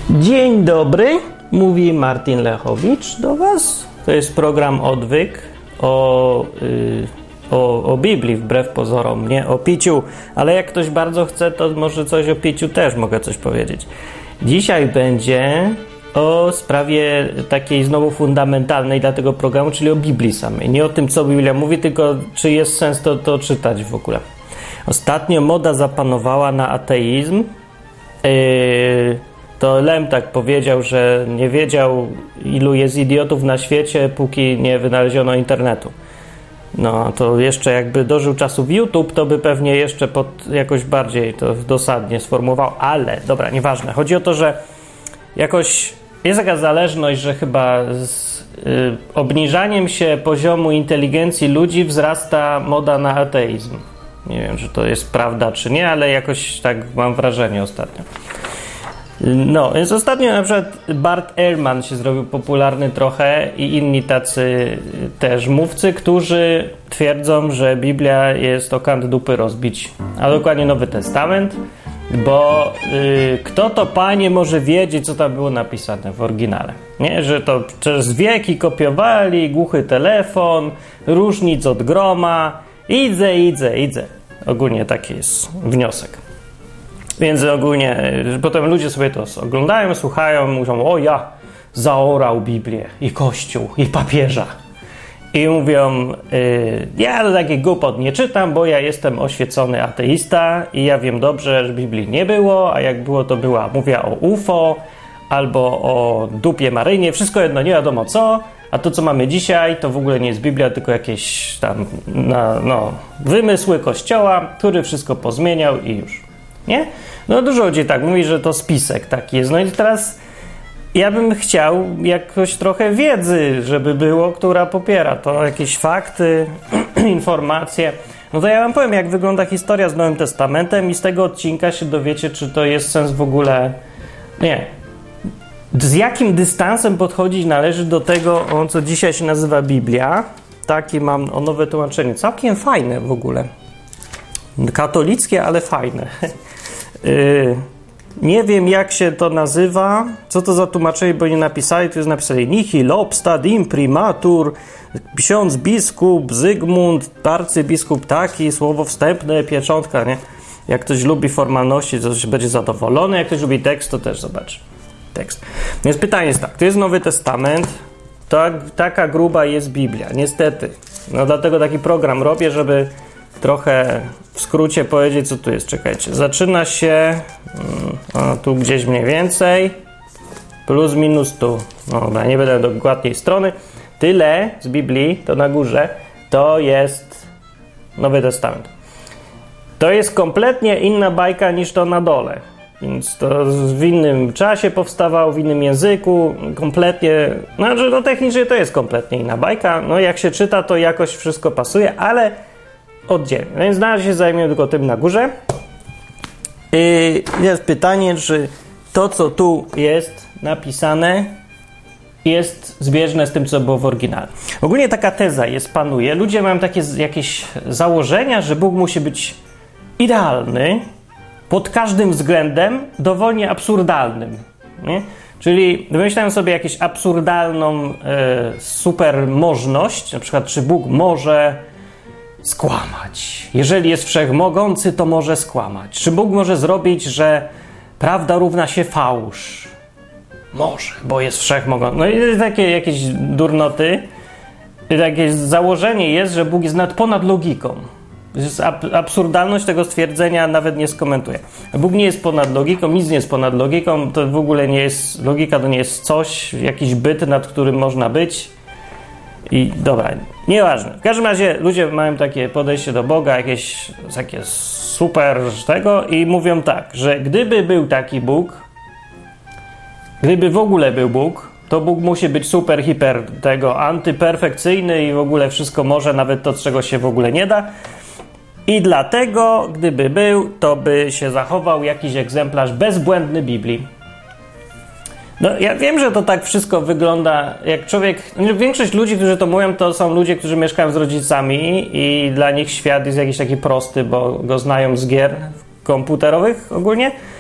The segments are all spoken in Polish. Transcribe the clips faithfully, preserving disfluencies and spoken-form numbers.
Dzień dobry, mówi Martin Lechowicz do Was. To jest program Odwyk o, yy, o, o Biblii, wbrew pozorom, nie o piciu. Ale jak ktoś bardzo chce, to może coś o piciu też mogę coś powiedzieć. Dzisiaj będzie o sprawie takiej znowu fundamentalnej dla tego programu, czyli o Biblii samej. Nie o tym, co Biblia mówi, tylko czy jest sens to, to czytać w ogóle. Ostatnio moda zapanowała na ateizm. Yy, to Lem tak powiedział, że nie wiedział, ilu jest idiotów na świecie, póki nie wynaleziono internetu. No, to jeszcze jakby dożył czasów YouTube, to by pewnie jeszcze pod jakoś bardziej to dosadnie sformułował, ale dobra, nieważne. Chodzi o to, że jakoś jest taka zależność, że chyba z y, obniżaniem się poziomu inteligencji ludzi wzrasta moda na ateizm. Nie wiem, czy to jest prawda, czy nie, ale jakoś tak mam wrażenie ostatnio. No, więc ostatnio na przykład Bart Ehrman się zrobił popularny trochę i inni tacy też mówcy, którzy twierdzą, że Biblia jest o kant dupy rozbić, a dokładnie Nowy Testament, bo y, kto to, Panie, może wiedzieć, co tam było napisane w oryginale, nie? Że to przez wieki kopiowali, głuchy telefon, różnic od groma, idzę, idzę, idzę. Ogólnie taki jest wniosek. Więc ogólnie potem ludzie sobie to oglądają, słuchają, mówią: o, ja zaorał Biblię i Kościół i papieża. I mówią: y, ja to taki głupot nie czytam, bo ja jestem oświecony ateista i ja wiem dobrze, że Biblii nie było, a jak było, to była mówię o U F O albo o dupie Marynie, wszystko jedno, nie wiadomo co, a to, co mamy dzisiaj, to w ogóle nie jest Biblia, tylko jakieś tam na, no, wymysły Kościoła, który wszystko pozmieniał i już. Nie? No dużo ludzi tak mówi, że to spisek taki jest. No i teraz ja bym chciał jakoś trochę wiedzy, żeby było, która popiera to, jakieś fakty, informacje. No to ja wam powiem, jak wygląda historia z Nowym Testamentem i z tego odcinka się dowiecie, czy to jest sens w ogóle. Nie. Z jakim dystansem podchodzić należy do tego, o, co dzisiaj się nazywa Biblia. Takie mam o nowe tłumaczenie. Całkiem fajne w ogóle. Katolickie, ale fajne. Yy, nie wiem, jak się to nazywa, co to za tłumaczenie, bo nie napisali, tu jest napisali nihil obstat imprimatur, ksiądz biskup Zygmunt, arcybiskup taki, słowo wstępne, pieczątka, nie? Jak ktoś lubi formalności, to się będzie zadowolony, jak ktoś lubi tekst, to też zobaczy tekst. Więc pytanie jest tak, to jest Nowy Testament, tak, taka gruba jest Biblia, niestety. No dlatego taki program robię, żeby trochę w skrócie powiedzieć, co tu jest. Czekajcie. Zaczyna się o, tu gdzieś mniej więcej plus minus tu. No dobra, nie będę dokładniej strony. Tyle z Biblii, to na górze, to jest Nowy Testament. To jest kompletnie inna bajka niż to na dole. Więc to w innym czasie powstawało, w innym języku, kompletnie, znaczy no technicznie to jest kompletnie inna bajka. No jak się czyta, to jakoś wszystko pasuje, ale oddzielnie. No więc na razie się zajmiemy tylko tym na górze. I jest pytanie, czy to, co tu jest napisane, jest zbieżne z tym, co było w oryginale. Ogólnie taka teza jest, panuje. Ludzie mają takie jakieś założenia, że Bóg musi być idealny pod każdym względem, dowolnie absurdalnym. Nie? Czyli wymyślają sobie jakąś absurdalną e, supermożność, na przykład, czy Bóg może skłamać. Jeżeli jest wszechmogący, to może skłamać. Czy Bóg może zrobić, że prawda równa się fałsz? Może, bo jest wszechmogący. No i takie jakieś durnoty. Takie założenie jest, że Bóg jest nad ponad logiką. Absurdalność tego stwierdzenia nawet nie skomentuję. Bóg nie jest ponad logiką, nic nie jest ponad logiką, to w ogóle nie jest, logika to nie jest coś, jakiś byt, nad którym można być. I dobra, nieważne. W każdym razie ludzie mają takie podejście do Boga, jakieś takie super tego i mówią tak, że gdyby był taki Bóg, gdyby w ogóle był Bóg, to Bóg musi być super, hiper tego, antyperfekcyjny i w ogóle wszystko może, nawet to, czego się w ogóle nie da. I dlatego, gdyby był, to by się zachował jakiś egzemplarz bezbłędny Biblii. No, ja wiem, że to tak wszystko wygląda, jak człowiek... Większość ludzi, którzy to mówią, to są ludzie, którzy mieszkają z rodzicami i dla nich świat jest jakiś taki prosty, bo go znają z gier komputerowych ogólnie.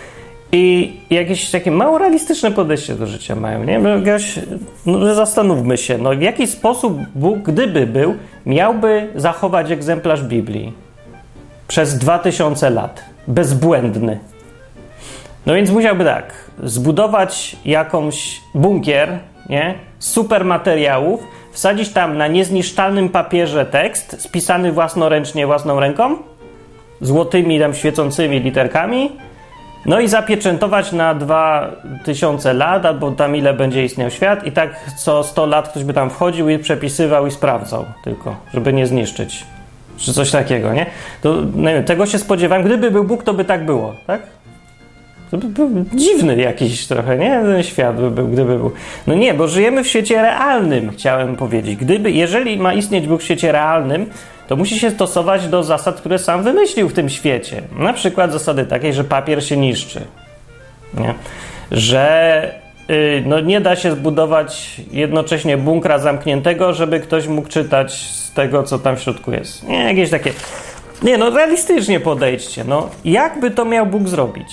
I jakieś takie mało realistyczne podejście do życia mają, nie? Jakieś, no, zastanówmy się, no w jaki sposób Bóg, gdyby był, miałby zachować egzemplarz Biblii przez dwa tysiące lat, bezbłędny. No więc musiałby tak, zbudować jakąś bunkier, nie? Super materiałów, wsadzić tam na niezniszczalnym papierze tekst, spisany własnoręcznie, własną ręką, złotymi tam świecącymi literkami, no i zapieczętować na dwa tysiące lat, albo tam ile będzie istniał świat i tak co sto lat ktoś by tam wchodził i przepisywał i sprawdzał tylko, żeby nie zniszczyć. Czy coś takiego, nie? To, nie wiem, tego się spodziewałem. Gdyby był Bóg, to by tak było, tak? To by był dziwny jakiś trochę, nie? Ten świat by był, gdyby był. No nie, bo żyjemy w świecie realnym, chciałem powiedzieć. Gdyby, jeżeli ma istnieć Bóg w świecie realnym, to musi się stosować do zasad, które sam wymyślił w tym świecie. Na przykład zasady takiej, że papier się niszczy. Nie? Że yy, no nie da się zbudować jednocześnie bunkra zamkniętego, żeby ktoś mógł czytać z tego, co tam w środku jest. Nie, jakieś takie... Nie, no realistycznie podejdźcie. No, jak by to miał Bóg zrobić?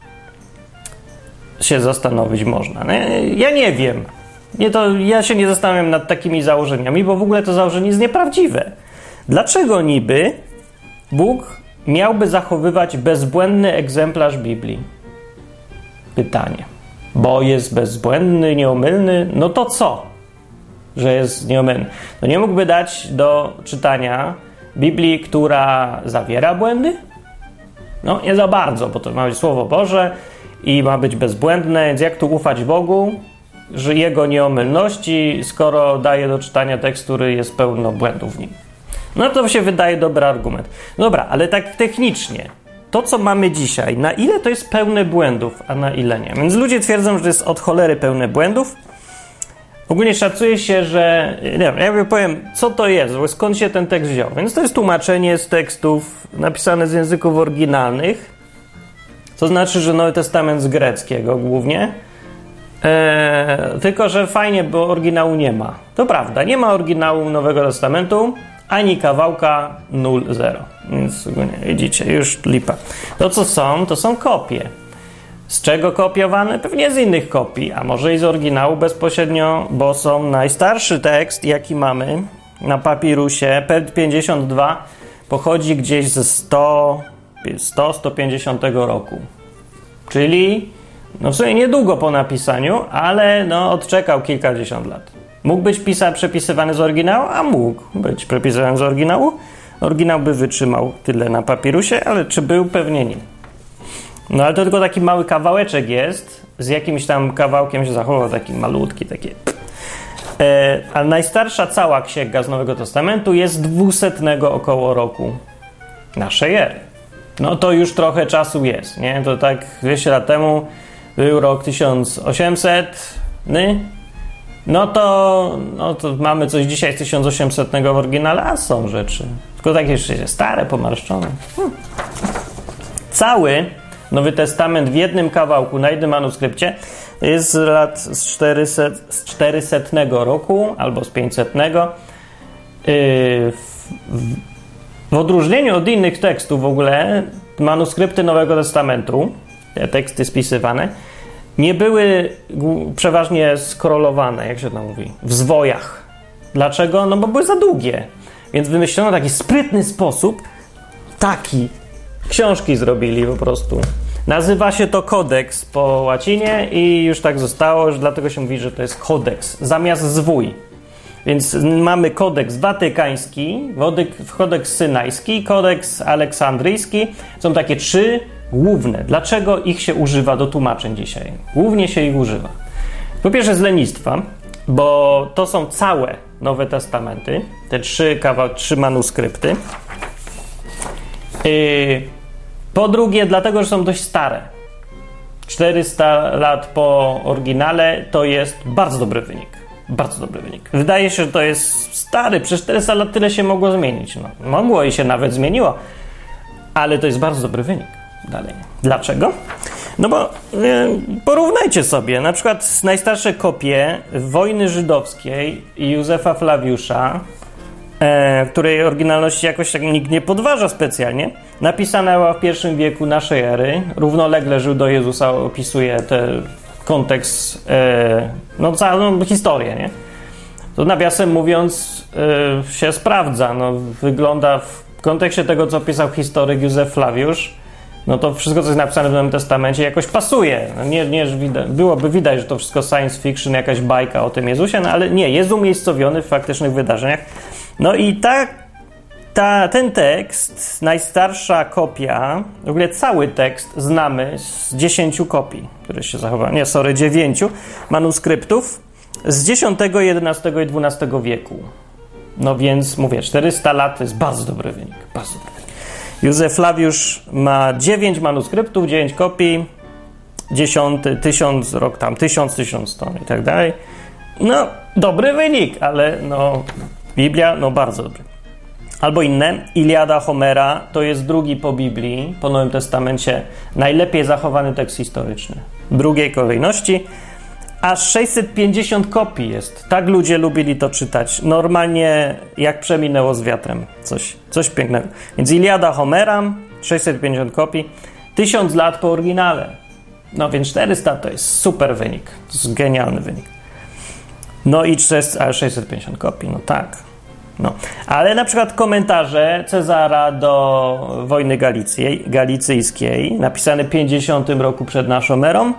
Się zastanowić można. Nie? Ja nie wiem. Nie, to ja się nie zastanawiam nad takimi założeniami, bo w ogóle to założenie jest nieprawdziwe. Dlaczego niby Bóg miałby zachowywać bezbłędny egzemplarz Biblii? Pytanie. Bo jest bezbłędny, nieomylny, no to co? Że jest nieomylny. No nie mógłby dać do czytania Biblii, która zawiera błędy? No nie za bardzo, bo to ma być Słowo Boże i ma być bezbłędne, więc jak tu ufać Bogu, że Jego nieomylności, skoro daje do czytania tekst, który jest pełno błędów w nim? No to się wydaje dobry argument. Dobra, ale tak technicznie, to co mamy dzisiaj, na ile to jest pełne błędów, a na ile nie? Więc ludzie twierdzą, że jest od cholery pełne błędów. Ogólnie szacuje się, że... Nie wiem, ja powiem, co to jest, bo skąd się ten tekst wziął. Więc to jest tłumaczenie z tekstów napisane z języków oryginalnych, to znaczy, że Nowy Testament z greckiego głównie. Eee, tylko, że fajnie, bo oryginału nie ma. To prawda, nie ma oryginału Nowego Testamentu, ani kawałka nul zero. Więc nie, widzicie, już lipa. To, co są, to są kopie. Z czego kopiowane? Pewnie z innych kopii, a może i z oryginału bezpośrednio, bo są najstarszy tekst, jaki mamy na papirusie, P pięćdziesiąt dwa, pochodzi gdzieś ze sto do stu pięćdziesiątego roku. Czyli no w sumie niedługo po napisaniu, ale no odczekał kilkadziesiąt lat. Mógł być pisa, przepisywany z oryginału, a mógł być przepisywany z oryginału. Oryginał by wytrzymał tyle na papirusie, ale czy był? Pewnie nie. No ale to tylko taki mały kawałeczek jest, z jakimś tam kawałkiem się zachował, taki malutki, takie... E, a najstarsza cała księga z Nowego Testamentu jest dwusetnego około roku naszej ery. No to już trochę czasu jest, nie? To tak dwieście lat temu był rok tysiąc osiemset, ny? No to, no to mamy coś dzisiaj z tysiąc osiemsetnego w oryginale, a są rzeczy. Tylko takie jeszcze stare, pomarszczone. Hmm. Cały Nowy Testament w jednym kawałku, na jednym manuskrypcie jest z lat z czterysetnego roku albo z pięćsetnego. Yy, w, w, w odróżnieniu od innych tekstów w ogóle manuskrypty Nowego Testamentu, te teksty spisywane, nie były przeważnie skrolowane, jak się to mówi, w zwojach. Dlaczego? No bo były za długie. Więc wymyślono taki sprytny sposób, taki, książki zrobili po prostu. Nazywa się to kodeks po łacinie i już tak zostało, że dlatego się mówi, że to jest kodeks zamiast zwój. Więc mamy kodeks watykański, kodeks synajski, kodeks aleksandryjski. Są takie trzy główne. Dlaczego ich się używa do tłumaczeń dzisiaj? Głównie się ich używa. Po pierwsze z lenistwa, bo to są całe Nowe Testamenty, te trzy kawał, trzy manuskrypty. Yy, po drugie, dlatego, że są dość stare. czterysta lat po oryginale to jest bardzo dobry wynik. Bardzo dobry wynik. Wydaje się, że to jest stary. Przez czterysta lat tyle się mogło zmienić. No, mogło i się nawet zmieniło. Ale to jest bardzo dobry wynik. Dalej. Dlaczego? No bo e, porównajcie sobie. Na przykład najstarsze kopie wojny żydowskiej Józefa Flawiusza e, której oryginalności jakoś tak nikt nie podważa specjalnie, napisana była w pierwszym wieku naszej ery, równolegle żył do Jezusa, opisuje ten kontekst, e, no całą historię, nie? To nawiasem mówiąc e, się sprawdza, no wygląda w kontekście tego, co pisał historyk Józef Flawiusz, no to wszystko, co jest napisane w Nowym Testamencie, jakoś pasuje. No nie, nie, że widać, byłoby widać, że to wszystko science fiction, jakaś bajka o tym Jezusie, no ale nie, jest umiejscowiony w faktycznych wydarzeniach. No i ta, ta, ten tekst, najstarsza kopia, w ogóle cały tekst znamy z dziesięciu kopii, które się zachowały, nie, sorry, dziewięciu manuskryptów z dziesiątego, jedenastego i dwunastego wieku. No więc, mówię, czterysta lat to jest bardzo dobry wynik, bardzo dobry wynik. Józef Flawiusz ma dziewięć manuskryptów, dziewięć kopii, dziesiąty, tysiąc, rok tam, tysiąc, tysiąc sto i tak dalej. No, dobry wynik, ale no, Biblia, no bardzo dobry. Albo inne, Iliada Homera to jest drugi po Biblii, po Nowym Testamencie, najlepiej zachowany tekst historyczny. W drugiej kolejności. Aż sześćset pięćdziesiąt kopii jest. Tak ludzie lubili to czytać. Normalnie jak przeminęło z wiatrem. Coś, coś pięknego. Więc Iliada Homera, sześćset pięćdziesiąt kopii, tysiąc lat po oryginale. No więc czterysta to jest super wynik. To jest genialny wynik. No i sześćset pięćdziesiąt kopii, no tak. No. Ale na przykład komentarze Cezara do wojny Galicji, galicyjskiej, napisane w pięćdziesiątym roku przed naszą erą.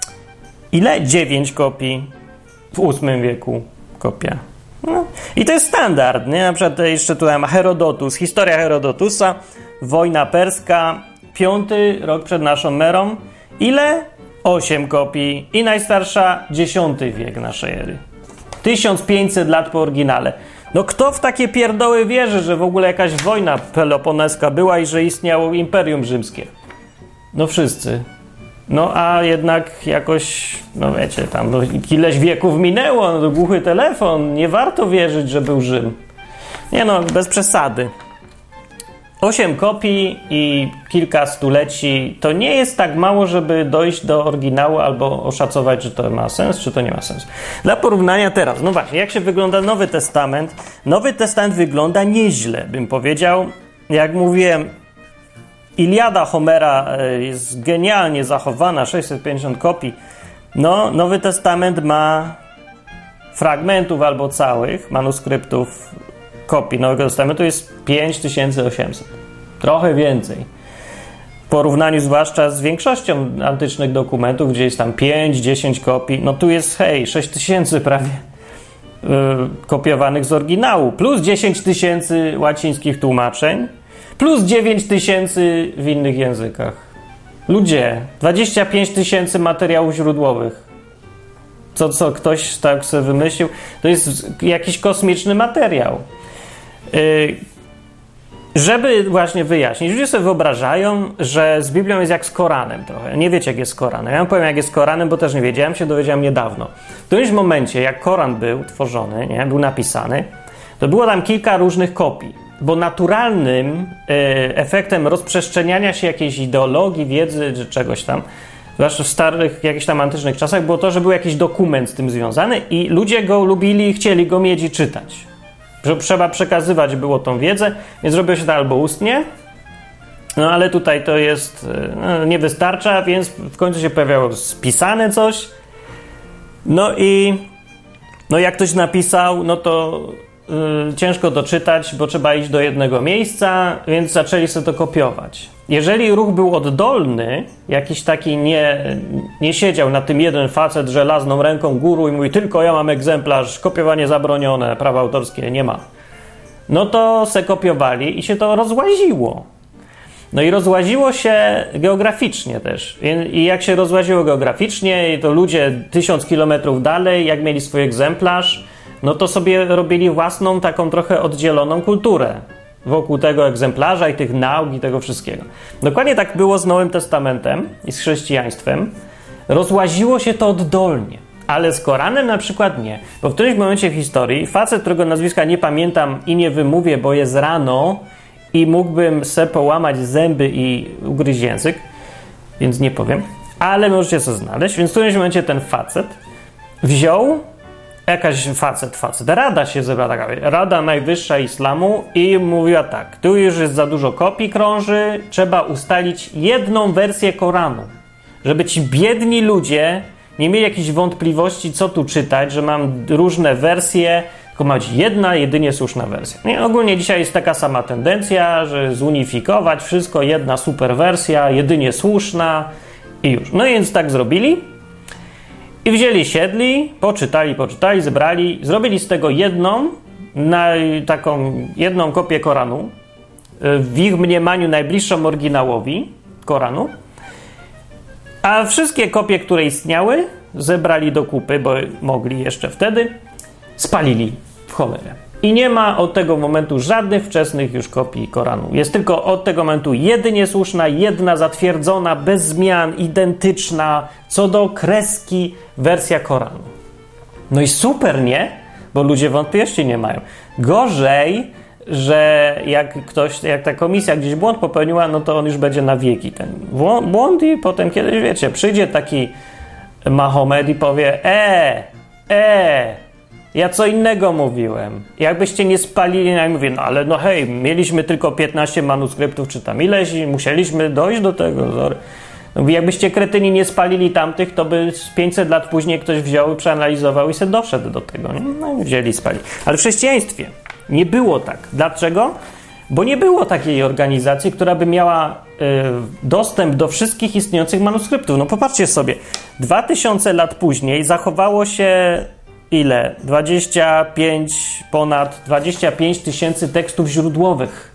Ile? dziewięć kopii w ósmym wieku kopia. No. I to jest standard, nie? Na przykład jeszcze tu mam Herodotus, historia Herodotusa, wojna perska, piąty rok przed naszą erą. Ile? osiem kopii. I najstarsza, dziesiąty wiek naszej ery. tysiąc pięćset lat po oryginale. No kto w takie pierdoły wierzy, że w ogóle jakaś wojna peloponeska była i że istniało Imperium Rzymskie? No wszyscy. No a jednak jakoś, no wiecie, tam no, ileś wieków minęło, no to głuchy telefon, nie warto wierzyć, że był Rzym. Nie no, bez przesady. Osiem kopii i kilka stuleci to nie jest tak mało, żeby dojść do oryginału albo oszacować, czy to ma sens, czy to nie ma sensu. Dla porównania teraz, no właśnie, jak się wygląda Nowy Testament? Nowy Testament wygląda nieźle, bym powiedział. Jak mówiłem, Iliada Homera jest genialnie zachowana, sześćset pięćdziesiąt kopii. No, Nowy Testament ma fragmentów albo całych manuskryptów kopii Nowego Testamentu jest pięć tysięcy osiemset. Trochę więcej. W porównaniu zwłaszcza z większością antycznych dokumentów, gdzie jest tam pięć dziesięć kopii, no tu jest, hej, sześć tysięcy prawie yy, kopiowanych z oryginału, plus dziesięć tysięcy łacińskich tłumaczeń, plus dziewięć tysięcy w innych językach. Ludzie, dwadzieścia pięć tysięcy materiałów źródłowych. Co, co ktoś tak sobie wymyślił, to jest jakiś kosmiczny materiał. Yy, żeby właśnie wyjaśnić, ludzie sobie wyobrażają, że z Biblią jest jak z Koranem trochę. Nie wiecie, jak jest z Koranem. Ja wam powiem, jak jest z Koranem, bo też nie wiedziałem, się dowiedziałem niedawno. W którymś momencie, jak Koran był tworzony, nie, był napisany, to było tam kilka różnych kopii. Bo naturalnym yy, efektem rozprzestrzeniania się jakiejś ideologii, wiedzy czy czegoś tam, zwłaszcza w starych, jakichś tam antycznych czasach, było to, że był jakiś dokument z tym związany i ludzie go lubili, chcieli go mieć i czytać. Że trzeba przekazywać było tą wiedzę, więc robiło się to albo ustnie, no ale tutaj to jest, no, nie wystarcza, więc w końcu się pojawiało spisane coś. No i no jak ktoś napisał, no to yy, ciężko doczytać, bo trzeba iść do jednego miejsca, więc zaczęli sobie to kopiować. Jeżeli ruch był oddolny, jakiś taki nie, nie siedział na tym jeden facet żelazną ręką góru i mówi, tylko ja mam egzemplarz, kopiowanie zabronione, prawa autorskie nie ma. No to se kopiowali i się to rozłaziło. No i rozłaziło się geograficznie też. I jak się rozłaziło geograficznie, to ludzie tysiąc kilometrów dalej, jak mieli swój egzemplarz, no to sobie robili własną taką trochę oddzieloną kulturę wokół tego egzemplarza i tych nauk i tego wszystkiego. Dokładnie tak było z Nowym Testamentem i z chrześcijaństwem. Rozłaziło się to oddolnie, ale z Koranem na przykład nie. Bo w którymś momencie w historii facet, którego nazwiska nie pamiętam i nie wymówię, bo jest rano i mógłbym se połamać zęby i ugryźć język, więc nie powiem, ale możecie sobie znaleźć. Więc w którymś momencie ten facet wziął jakaś facet, facet, rada się zebrała, taka Rada Najwyższa Islamu i mówiła tak, tu już jest za dużo kopii krąży, trzeba ustalić jedną wersję Koranu, żeby ci biedni ludzie nie mieli jakichś wątpliwości, co tu czytać, że mam różne wersje, tylko ma być jedna, jedynie słuszna wersja. Nie, ogólnie dzisiaj jest taka sama tendencja, że zunifikować wszystko, jedna super wersja, jedynie słuszna i już. No więc tak zrobili i wzięli, siedli, poczytali, poczytali, zebrali, zrobili z tego jedną, na, taką jedną kopię Koranu, w ich mniemaniu najbliższą oryginałowi Koranu, a wszystkie kopie, które istniały, zebrali do kupy, bo mogli jeszcze wtedy, spalili w cholerę. I nie ma od tego momentu żadnych wczesnych już kopii Koranu. Jest tylko od tego momentu jedynie słuszna, jedna zatwierdzona, bez zmian, identyczna, co do kreski wersja Koranu. No i super, nie? Bo ludzie wątpliwości nie mają. Gorzej, że jak ktoś, jak ta komisja gdzieś błąd popełniła, no to on już będzie na wieki ten błąd i potem kiedyś, wiecie, przyjdzie taki Mahomet i powie e, e, ja co innego mówiłem. Jakbyście nie spalili, ja mówię, no ale no hej, mieliśmy tylko piętnaście manuskryptów, czy tam ileś i musieliśmy dojść do tego. No, jakbyście kretyni nie spalili tamtych, to by pięćset lat później ktoś wziął, przeanalizował i se doszedł do tego. Nie? No i wzięli i spalili. Ale w chrześcijaństwie nie było tak. Dlaczego? Bo nie było takiej organizacji, która by miała y, dostęp do wszystkich istniejących manuskryptów. No popatrzcie sobie, dwa tysiące lat później zachowało się ile? dwadzieścia pięć, ponad dwadzieścia pięć tysięcy tekstów źródłowych.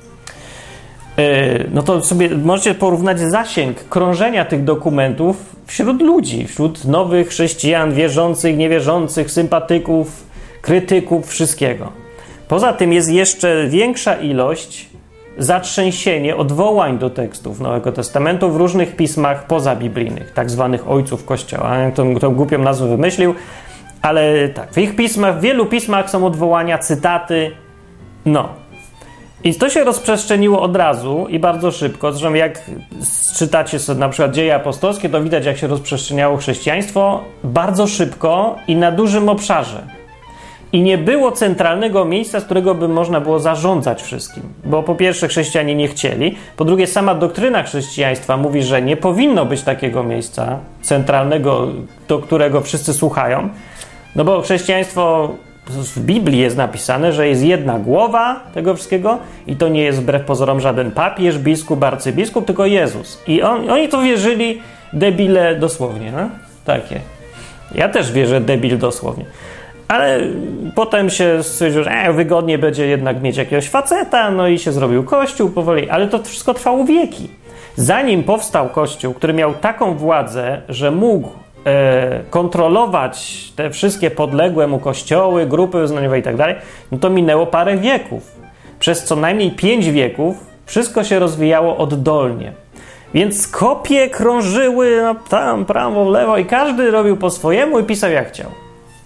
Yy, no to sobie możecie porównać zasięg krążenia tych dokumentów wśród ludzi, wśród nowych chrześcijan, wierzących, niewierzących, sympatyków, krytyków, wszystkiego. Poza tym jest jeszcze większa ilość zatrzęsienie odwołań do tekstów Nowego Testamentu w różnych pismach pozabiblijnych, tak zwanych ojców Kościoła. Tą, tą głupią nazwę wymyślił, ale tak, w ich pismach, w wielu pismach są odwołania, cytaty, no. I to się rozprzestrzeniło od razu i bardzo szybko. Zresztą jak czytacie sobie na przykład Dzieje Apostolskie, to widać, jak się rozprzestrzeniało chrześcijaństwo bardzo szybko i na dużym obszarze. I nie było centralnego miejsca, z którego by można było zarządzać wszystkim. Bo po pierwsze chrześcijanie nie chcieli, po drugie sama doktryna chrześcijaństwa mówi, że nie powinno być takiego miejsca centralnego, do którego wszyscy słuchają. No bo chrześcijaństwo w Biblii jest napisane, że jest jedna głowa tego wszystkiego i to nie jest wbrew pozorom żaden papież, biskup, arcybiskup, tylko Jezus. I on, oni to wierzyli debile dosłownie, no? Takie. Ja też wierzę debil dosłownie. Ale potem się stwierdził, że e, wygodnie będzie jednak mieć jakiegoś faceta, no i się zrobił kościół powoli, ale to wszystko trwało wieki. Zanim powstał kościół, który miał taką władzę, że mógł e, kontrolować te wszystkie podległe mu kościoły, grupy wyznaniowe i tak dalej, no to minęło parę wieków. Przez co najmniej pięć wieków wszystko się rozwijało oddolnie. Więc kopie krążyły no, tam, prawo, lewo i każdy robił po swojemu i pisał jak chciał.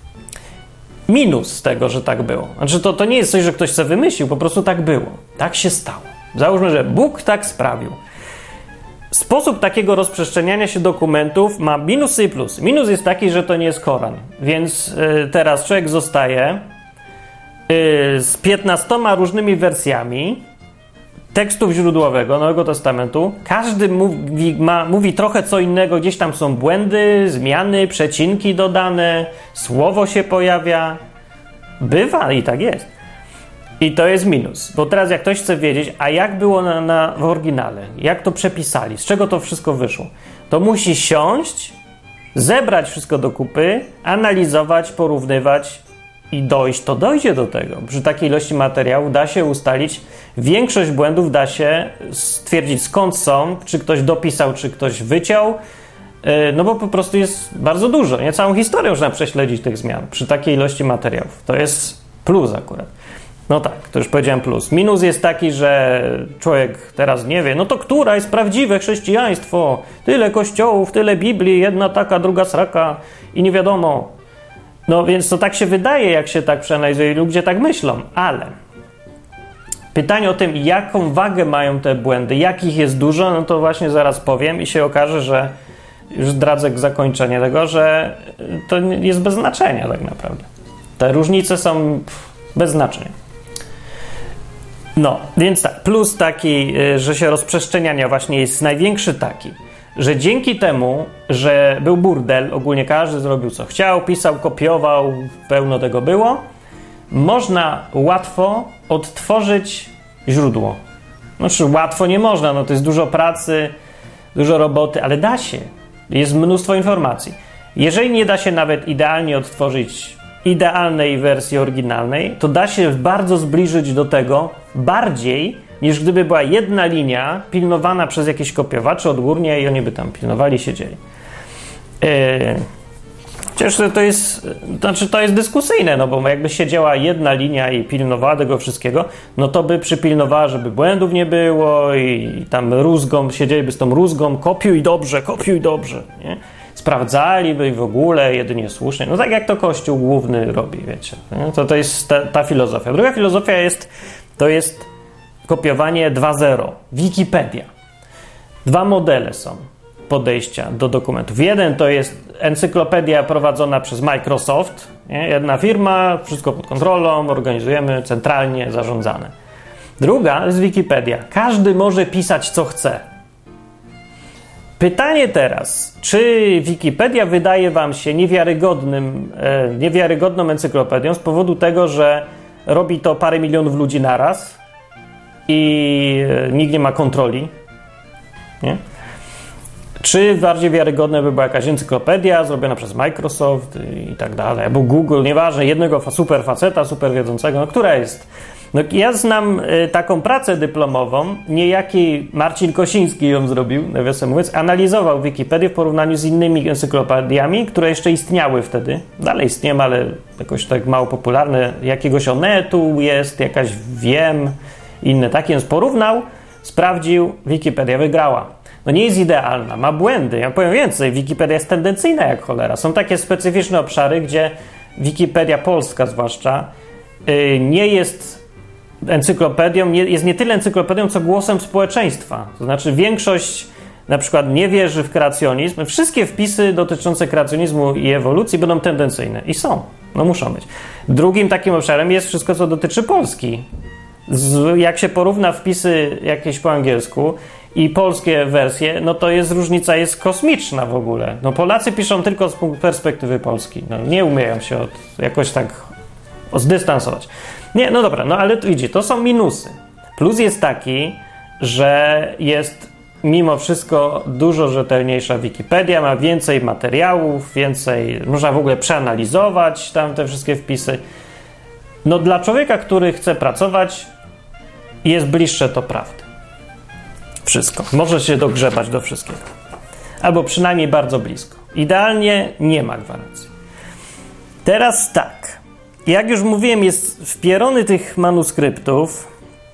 Minus tego, że tak było. Znaczy to, to nie jest coś, że ktoś sobie wymyślił, po prostu tak było. Tak się stało. Załóżmy, że Bóg tak sprawił. Sposób takiego rozprzestrzeniania się dokumentów ma minusy i plusy. Minus jest taki, że to nie jest Koran. Więc y, teraz człowiek zostaje y, z piętnastoma różnymi wersjami tekstów źródłowego Nowego Testamentu. Każdy mówi, ma, mówi trochę co innego. Gdzieś tam są błędy, zmiany, przecinki dodane, słowo się pojawia. Bywa i tak jest. I to jest minus. Bo teraz jak ktoś chce wiedzieć, a jak było na, na, w oryginale, jak to przepisali, z czego to wszystko wyszło, to musi siąść, zebrać wszystko do kupy, analizować, porównywać i dojść, to dojdzie do tego. Przy takiej ilości materiału da się ustalić, większość błędów da się stwierdzić skąd są, czy ktoś dopisał, czy ktoś wyciął, no bo po prostu jest bardzo dużo. Nie całą historię można prześledzić tych zmian przy takiej ilości materiałów. To jest plus akurat. No tak, to już powiedziałem plus. Minus jest taki, że człowiek teraz nie wie, no to która jest prawdziwe chrześcijaństwo? Tyle kościołów, tyle Biblii, jedna taka, druga sraka i nie wiadomo. No więc to tak się wydaje, jak się tak przeanalizuje i ludzie tak myślą, ale pytanie o tym, jaką wagę mają te błędy, jakich jest dużo, no to właśnie zaraz powiem i się okaże, że już zdradzę zakończenie tego, że to jest bez znaczenia tak naprawdę. Te różnice są pff, bez znaczenia. No, więc tak, plus taki, że się rozprzestrzeniania właśnie jest największy taki, że dzięki temu, że był burdel, ogólnie każdy zrobił co chciał, pisał, kopiował, pełno tego było, można łatwo odtworzyć źródło. Znaczy łatwo nie można, no to jest dużo pracy, dużo roboty, ale da się. Jest mnóstwo informacji. Jeżeli nie da się nawet idealnie odtworzyć idealnej wersji oryginalnej, to da się bardzo zbliżyć do tego bardziej, niż gdyby była jedna linia pilnowana przez jakieś kopiowacze odgórnie i oni by tam pilnowali, siedzieli. Yy, chociaż to jest, znaczy to jest dyskusyjne, no bo jakby siedziała jedna linia i pilnowała tego wszystkiego, no to by przypilnowała, żeby błędów nie było i tam rózgą, siedzieliby z tą rózgą, kopiuj dobrze, kopiuj dobrze, nie? Sprawdzaliby w ogóle jedynie słusznie. No tak jak to Kościół główny robi, wiecie. Nie? To, to jest ta, ta filozofia. Druga filozofia jest, to jest kopiowanie dwa zero. Wikipedia. Dwa modele są podejścia do dokumentów. Jeden to jest encyklopedia prowadzona przez Microsoft. Nie? Jedna firma, wszystko pod kontrolą, organizujemy centralnie zarządzane. Druga jest Wikipedia. Każdy może pisać co chce. Pytanie teraz, czy Wikipedia wydaje wam się niewiarygodnym, e, niewiarygodną encyklopedią z powodu tego, że robi to parę milionów ludzi naraz i e, nikt nie ma kontroli? Nie? Czy bardziej wiarygodna by była jakaś encyklopedia zrobiona przez Microsoft i tak dalej, albo Google, nieważne, jednego super faceta, super wiedzącego, no która jest? No, ja znam y, taką pracę dyplomową, niejaki Marcin Kosiński ją zrobił, nawiasem mówiąc, analizował Wikipedię w porównaniu z innymi encyklopediami, które jeszcze istniały wtedy. Dalej istnieją, ale jakoś tak mało popularne. Jakiegoś Onetu jest, jakaś Wiem, inne takie. Więc porównał, sprawdził, Wikipedia wygrała. No nie jest idealna, ma błędy. Ja powiem więcej, Wikipedia jest tendencyjna jak cholera. Są takie specyficzne obszary, gdzie Wikipedia polska zwłaszcza yy, nie jest encyklopedią, nie, jest nie tyle encyklopedią, co głosem społeczeństwa. To znaczy większość na przykład nie wierzy w kreacjonizm. Wszystkie wpisy dotyczące kreacjonizmu i ewolucji będą tendencyjne. I są. No muszą być. Drugim takim obszarem jest wszystko, co dotyczy Polski. Z, jak się porówna wpisy jakieś po angielsku i polskie wersje, no to jest różnica jest kosmiczna w ogóle. No Polacy piszą tylko z perspektywy Polski. No, nie umieją się od, jakoś tak zdystansować. Nie, no dobra, no ale tu idzie, to są minusy. Plus jest taki, że jest mimo wszystko dużo rzetelniejsza Wikipedia, ma więcej materiałów, więcej, można w ogóle przeanalizować tam te wszystkie wpisy. No dla człowieka, który chce pracować, jest bliższe to prawdy. Wszystko. Może się dogrzebać do wszystkiego. Albo przynajmniej bardzo blisko. Idealnie nie ma gwarancji. Teraz tak. Jak już mówiłem, jest wpierony tych manuskryptów.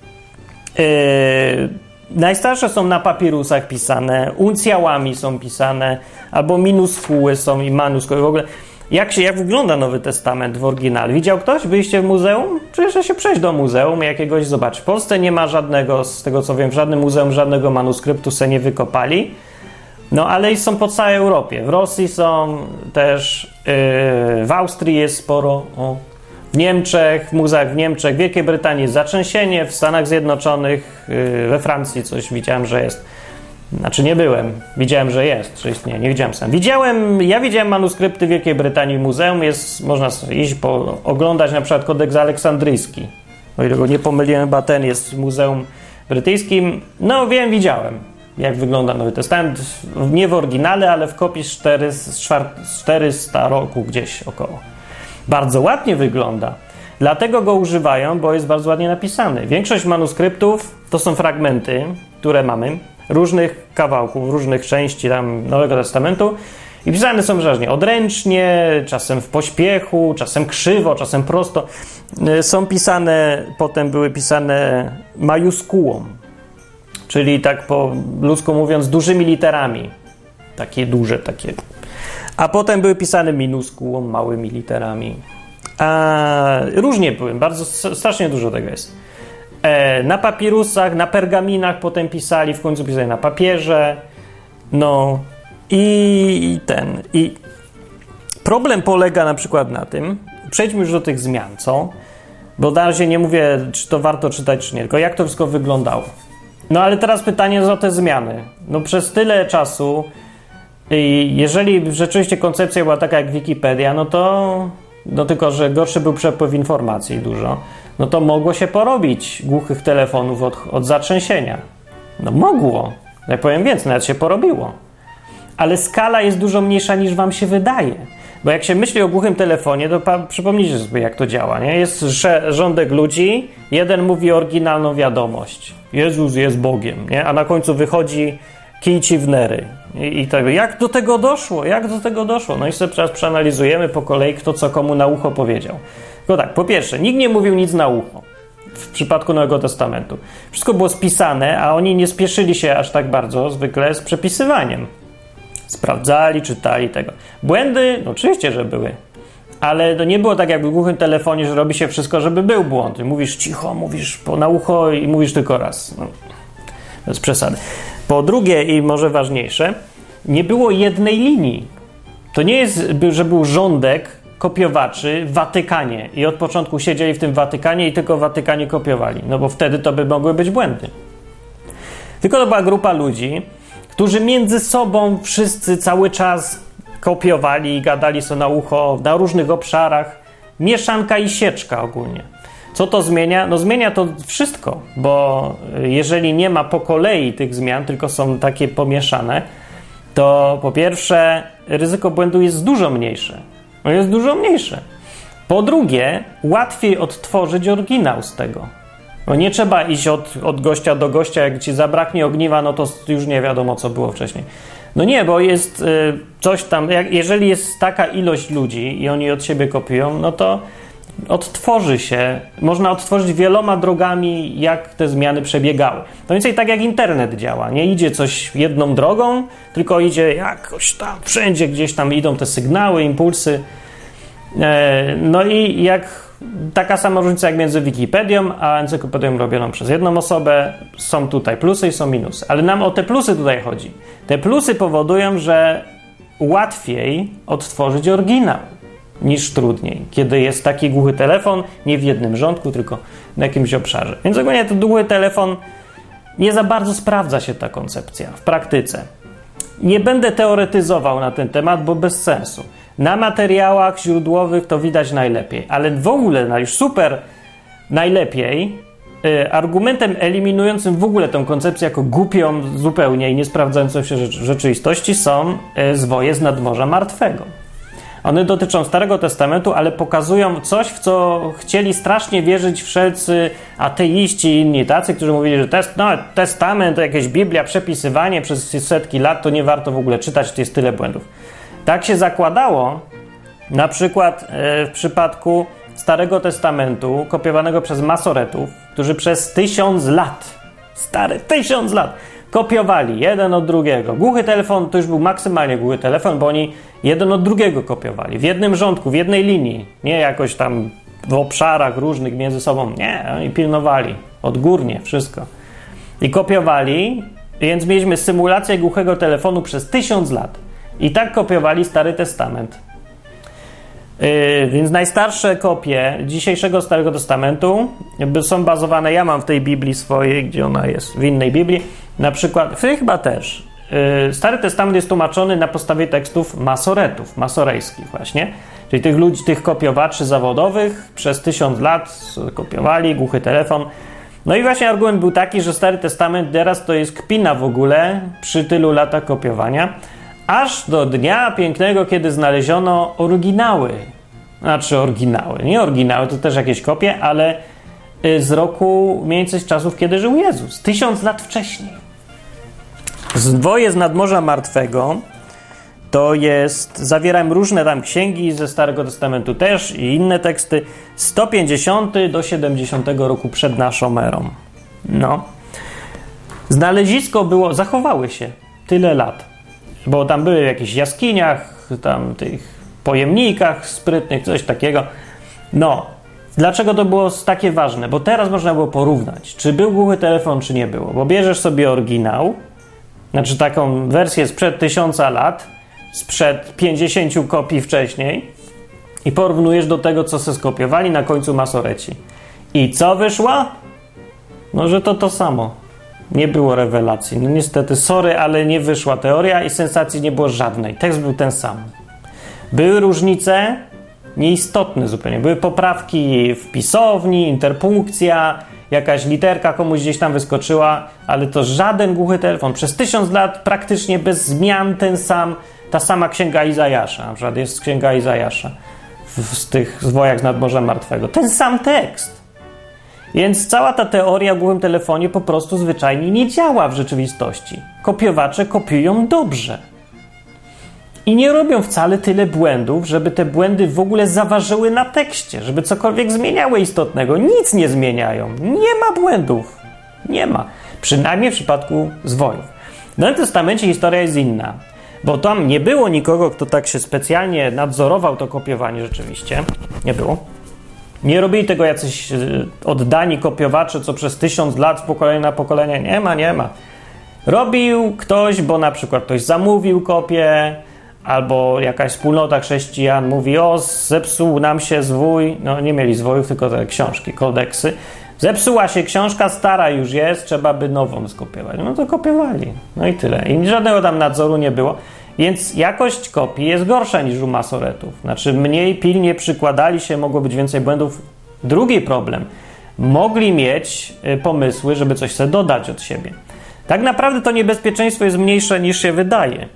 Yy, najstarsze są na papirusach pisane, uncjałami są pisane, albo minuskuły są i manuskrypty. W ogóle jak, się, jak wygląda Nowy Testament w oryginale? Widział ktoś? Byliście w muzeum? Czy jeszcze się przejść do muzeum jakiegoś zobaczyć? W Polsce nie ma żadnego, z tego co wiem, w żadnym muzeum żadnego manuskryptu se nie wykopali. No ale są po całej Europie. W Rosji są też, yy, w Austrii jest sporo, o, w Niemczech, w muzeach w Niemczech, w Wielkiej Brytanii jest zatrzęsienie, w Stanach Zjednoczonych, yy, we Francji coś widziałem, że jest. Znaczy nie byłem, widziałem, że jest, że istnieje, nie widziałem sam. Widziałem, ja widziałem manuskrypty Wielkiej Brytanii w muzeum, jest, można iść po, oglądać na przykład Kodeks Aleksandryjski. O ile go nie pomyliłem, chyba ten jest w Muzeum Brytyjskim. No wiem, widziałem, jak wygląda Nowy Testament. Nie w oryginale, ale w kopii z czterysta roku gdzieś około. Bardzo ładnie wygląda. Dlatego go używają, bo jest bardzo ładnie napisany. Większość manuskryptów to są fragmenty, które mamy, różnych kawałków, różnych części tam Nowego Testamentu i pisane są przeważnie odręcznie, czasem w pośpiechu, czasem krzywo, czasem prosto. Są pisane, potem były pisane majuskułą, czyli tak po ludzku mówiąc dużymi literami, takie duże, takie. A potem były pisane minuskułą, małymi literami. A różnie były, bardzo strasznie dużo tego jest. Na papirusach, na pergaminach potem pisali, w końcu pisali na papierze. No i ten. I problem polega na przykład na tym, przejdźmy już do tych zmian, co? Bo na razie nie mówię, czy to warto czytać, czy nie, tylko jak to wszystko wyglądało. No ale teraz pytanie o te zmiany. No przez tyle czasu, jeżeli rzeczywiście koncepcja była taka jak Wikipedia, no to, no tylko, że gorszy był przepływ informacji dużo, no to mogło się porobić głuchych telefonów od, od zatrzęsienia. No mogło. Ja powiem więcej, nawet się porobiło. Ale skala jest dużo mniejsza niż wam się wydaje. Bo jak się myśli o głuchym telefonie, to pa, przypomnijcie sobie, jak to działa, nie? Jest rządek ludzi, jeden mówi oryginalną wiadomość. Jezus jest Bogiem, nie? A na końcu wychodzi kij ci w nery. I, i tego. Jak do tego doszło? Jak do tego doszło? No i sobie teraz przeanalizujemy po kolei, kto co komu na ucho powiedział. Tylko tak, po pierwsze, nikt nie mówił nic na ucho w przypadku Nowego Testamentu. Wszystko było spisane, a oni nie spieszyli się aż tak bardzo zwykle z przepisywaniem. Sprawdzali, czytali tego. Błędy? No oczywiście, że były. Ale to nie było tak jak w głuchym telefonie, że robi się wszystko, żeby był błąd. Mówisz cicho, mówisz po na ucho i mówisz tylko raz. No, bez przesady. Po drugie i może ważniejsze, nie było jednej linii. To nie jest, że był rządek kopiowaczy w Watykanie i od początku siedzieli w tym Watykanie i tylko w Watykanie kopiowali. No bo wtedy to by mogły być błędy. Tylko to była grupa ludzi, którzy między sobą wszyscy cały czas kopiowali i gadali sobie na ucho na różnych obszarach. Mieszanka i sieczka ogólnie. Co to zmienia? No zmienia to wszystko, bo jeżeli nie ma po kolei tych zmian, tylko są takie pomieszane, to po pierwsze ryzyko błędu jest dużo mniejsze. No jest dużo mniejsze. Po drugie, łatwiej odtworzyć oryginał z tego. No nie trzeba iść od, od gościa do gościa, jak ci zabraknie ogniwa, no to już nie wiadomo, co było wcześniej. No nie, bo jest y, coś tam, jak, jeżeli jest taka ilość ludzi i oni od siebie kopiują, no to odtworzy się, można odtworzyć wieloma drogami, jak te zmiany przebiegały. To mniej więcej tak jak internet działa, nie idzie coś jedną drogą, tylko idzie jakoś tam, wszędzie gdzieś tam idą te sygnały, impulsy. E, no i jak taka sama różnica jak między Wikipedią a encyklopedią robioną przez jedną osobę, są tutaj plusy i są minusy. Ale nam o te plusy tutaj chodzi. Te plusy powodują, że łatwiej odtworzyć oryginał niż trudniej, kiedy jest taki głuchy telefon, nie w jednym rządku, tylko na jakimś obszarze. Więc ogólnie to głuchy telefon nie za bardzo sprawdza się ta koncepcja w praktyce. Nie będę teoretyzował na ten temat, bo bez sensu. Na materiałach źródłowych to widać najlepiej, ale w ogóle już super najlepiej y, argumentem eliminującym w ogóle tę koncepcję jako głupią zupełnie i nie sprawdzającą się w rzeczywistości są y, zwoje z nadmorza martwego. One dotyczą Starego Testamentu, ale pokazują coś, w co chcieli strasznie wierzyć wszelcy ateiści i inni tacy, którzy mówili, że test, no, testament to jakieś Biblia, przepisywanie przez setki lat, to nie warto w ogóle czytać, to jest tyle błędów. Tak się zakładało na przykład w przypadku Starego Testamentu kopiowanego przez masoretów, którzy przez tysiąc lat, stary, tysiąc lat, kopiowali jeden od drugiego. Głuchy telefon to już był maksymalnie głuchy telefon, bo oni jeden od drugiego kopiowali. W jednym rządku, w jednej linii. Nie jakoś tam w obszarach różnych między sobą. Nie, oni pilnowali. Odgórnie wszystko. I kopiowali, więc mieliśmy symulację głuchego telefonu przez tysiąc lat. I tak kopiowali Stary Testament. Yy, więc najstarsze kopie dzisiejszego Starego Testamentu są bazowane, ja mam w tej Biblii swojej, gdzie ona jest, w innej Biblii, na przykład, w tej chyba też. Yy, Stary Testament jest tłumaczony na podstawie tekstów masoretów, masorejskich właśnie, czyli tych ludzi, tych kopiowaczy zawodowych przez tysiąc lat kopiowali, głuchy telefon. No i właśnie argument był taki, że Stary Testament teraz to jest kpina w ogóle przy tylu latach kopiowania, aż do dnia pięknego, kiedy znaleziono oryginały. Znaczy oryginały. Nie oryginały, to też jakieś kopie, ale z roku mniej więcej z czasów, kiedy żył Jezus. Tysiąc lat wcześniej. Zwoje z nadmorza martwego to jest, zawierałem różne tam księgi ze Starego Testamentu też i inne teksty, sto pięćdziesiątego do siedemdziesiątego roku przed naszą erą. No. Znalezisko było, zachowały się tyle lat. Bo tam były w jakichś jaskiniach, tam tych pojemnikach sprytnych, coś takiego. No, dlaczego to było takie ważne? Bo teraz można było porównać, czy był głuchy telefon, czy nie było. Bo bierzesz sobie oryginał, znaczy taką wersję sprzed tysiąca lat, sprzed pięćdziesięciu kopii wcześniej I porównujesz do tego, co se skopiowali na końcu Masoreci. I co wyszło? No, że to to samo. Nie było rewelacji. No niestety, sorry, ale nie wyszła teoria i sensacji nie było żadnej. Tekst był ten sam. Były różnice nieistotne zupełnie. Były poprawki w pisowni, interpunkcja, jakaś literka komuś gdzieś tam wyskoczyła, ale to żaden głuchy telefon. Przez tysiąc lat praktycznie bez zmian ten sam, ta sama księga Izajasza. Na przykład jest księga Izajasza w, z tych zwojach z nad Morzem Martwego. Ten sam tekst. Więc cała ta teoria o głuchym telefonie po prostu zwyczajnie nie działa w rzeczywistości. Kopiowacze kopiują dobrze. I nie robią wcale tyle błędów, żeby te błędy w ogóle zaważyły na tekście, żeby cokolwiek zmieniały istotnego. Nic nie zmieniają. Nie ma błędów. Nie ma. Przynajmniej w przypadku zwojów. W Nowym Testamencie historia jest inna, bo tam nie było nikogo, kto tak się specjalnie nadzorował to kopiowanie rzeczywiście. Nie było. Nie robili tego jacyś oddani kopiowacze, co przez tysiąc lat z pokolenia na pokolenie. Nie ma, nie ma. Robił ktoś, bo na przykład ktoś zamówił kopię, albo jakaś wspólnota chrześcijan mówi, o, zepsuł nam się zwój. No nie mieli zwojów, tylko te książki, kodeksy. Zepsuła się książka, stara już jest, trzeba by nową skopiować. No to kopiowali. No i tyle. I żadnego tam nadzoru nie było. Więc jakość kopii jest gorsza niż u masoretów. Znaczy mniej pilnie przykładali się, mogło być więcej błędów. Drugi problem. Mogli mieć pomysły, żeby coś sobie dodać od siebie. Tak naprawdę to niebezpieczeństwo jest mniejsze niż się wydaje.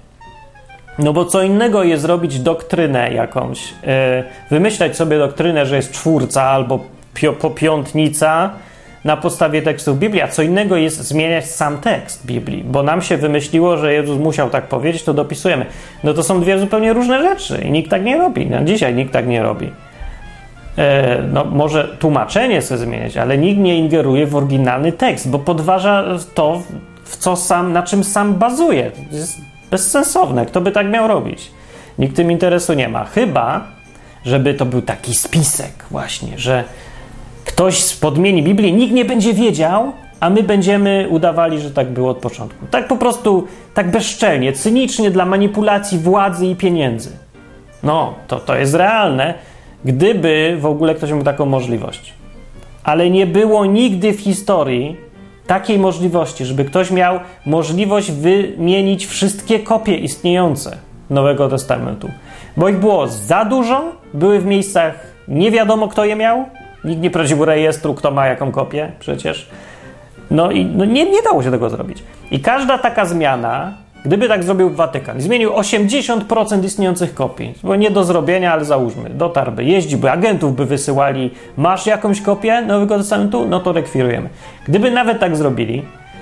No bo co innego jest zrobić doktrynę jakąś, yy, wymyślać sobie doktrynę, że jest czwórca albo pio, popiątnica na podstawie tekstów Biblii, a co innego jest zmieniać sam tekst Biblii, bo nam się wymyśliło, że Jezus musiał tak powiedzieć, to dopisujemy. No to są dwie zupełnie różne rzeczy i nikt tak nie robi. No, dzisiaj nikt tak nie robi. Yy, no może tłumaczenie chce zmieniać, ale nikt nie ingeruje w oryginalny tekst, bo podważa to, w co sam, na czym sam bazuje. To jest bezsensowne. Kto by tak miał robić? Nikt tym interesu nie ma. Chyba, żeby to był taki spisek właśnie, że ktoś podmieni Biblię, nikt nie będzie wiedział, a my będziemy udawali, że tak było od początku. Tak po prostu, tak bezczelnie, cynicznie dla manipulacji władzy i pieniędzy. No, to, to jest realne, gdyby w ogóle ktoś miał taką możliwość. Ale nie było nigdy w historii takiej możliwości, żeby ktoś miał możliwość wymienić wszystkie kopie istniejące Nowego Testamentu. Bo ich było za dużo, były w miejscach nie wiadomo, kto je miał. Nikt nie prowadził rejestru, kto ma jaką kopię przecież. No i no nie, nie dało się tego zrobić. I każda taka zmiana, gdyby tak zrobił Watykan, zmienił osiemdziesiąt procent istniejących kopii. To było nie do zrobienia, ale załóżmy, dotarłby, jeździłby, agentów by wysyłali. Masz jakąś kopię Nowego Testamentu? No to rekwirujemy. Gdyby nawet tak zrobili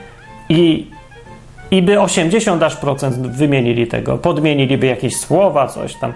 i, i by osiemdziesiąt aż procent wymienili tego, podmieniliby jakieś słowa, coś tam,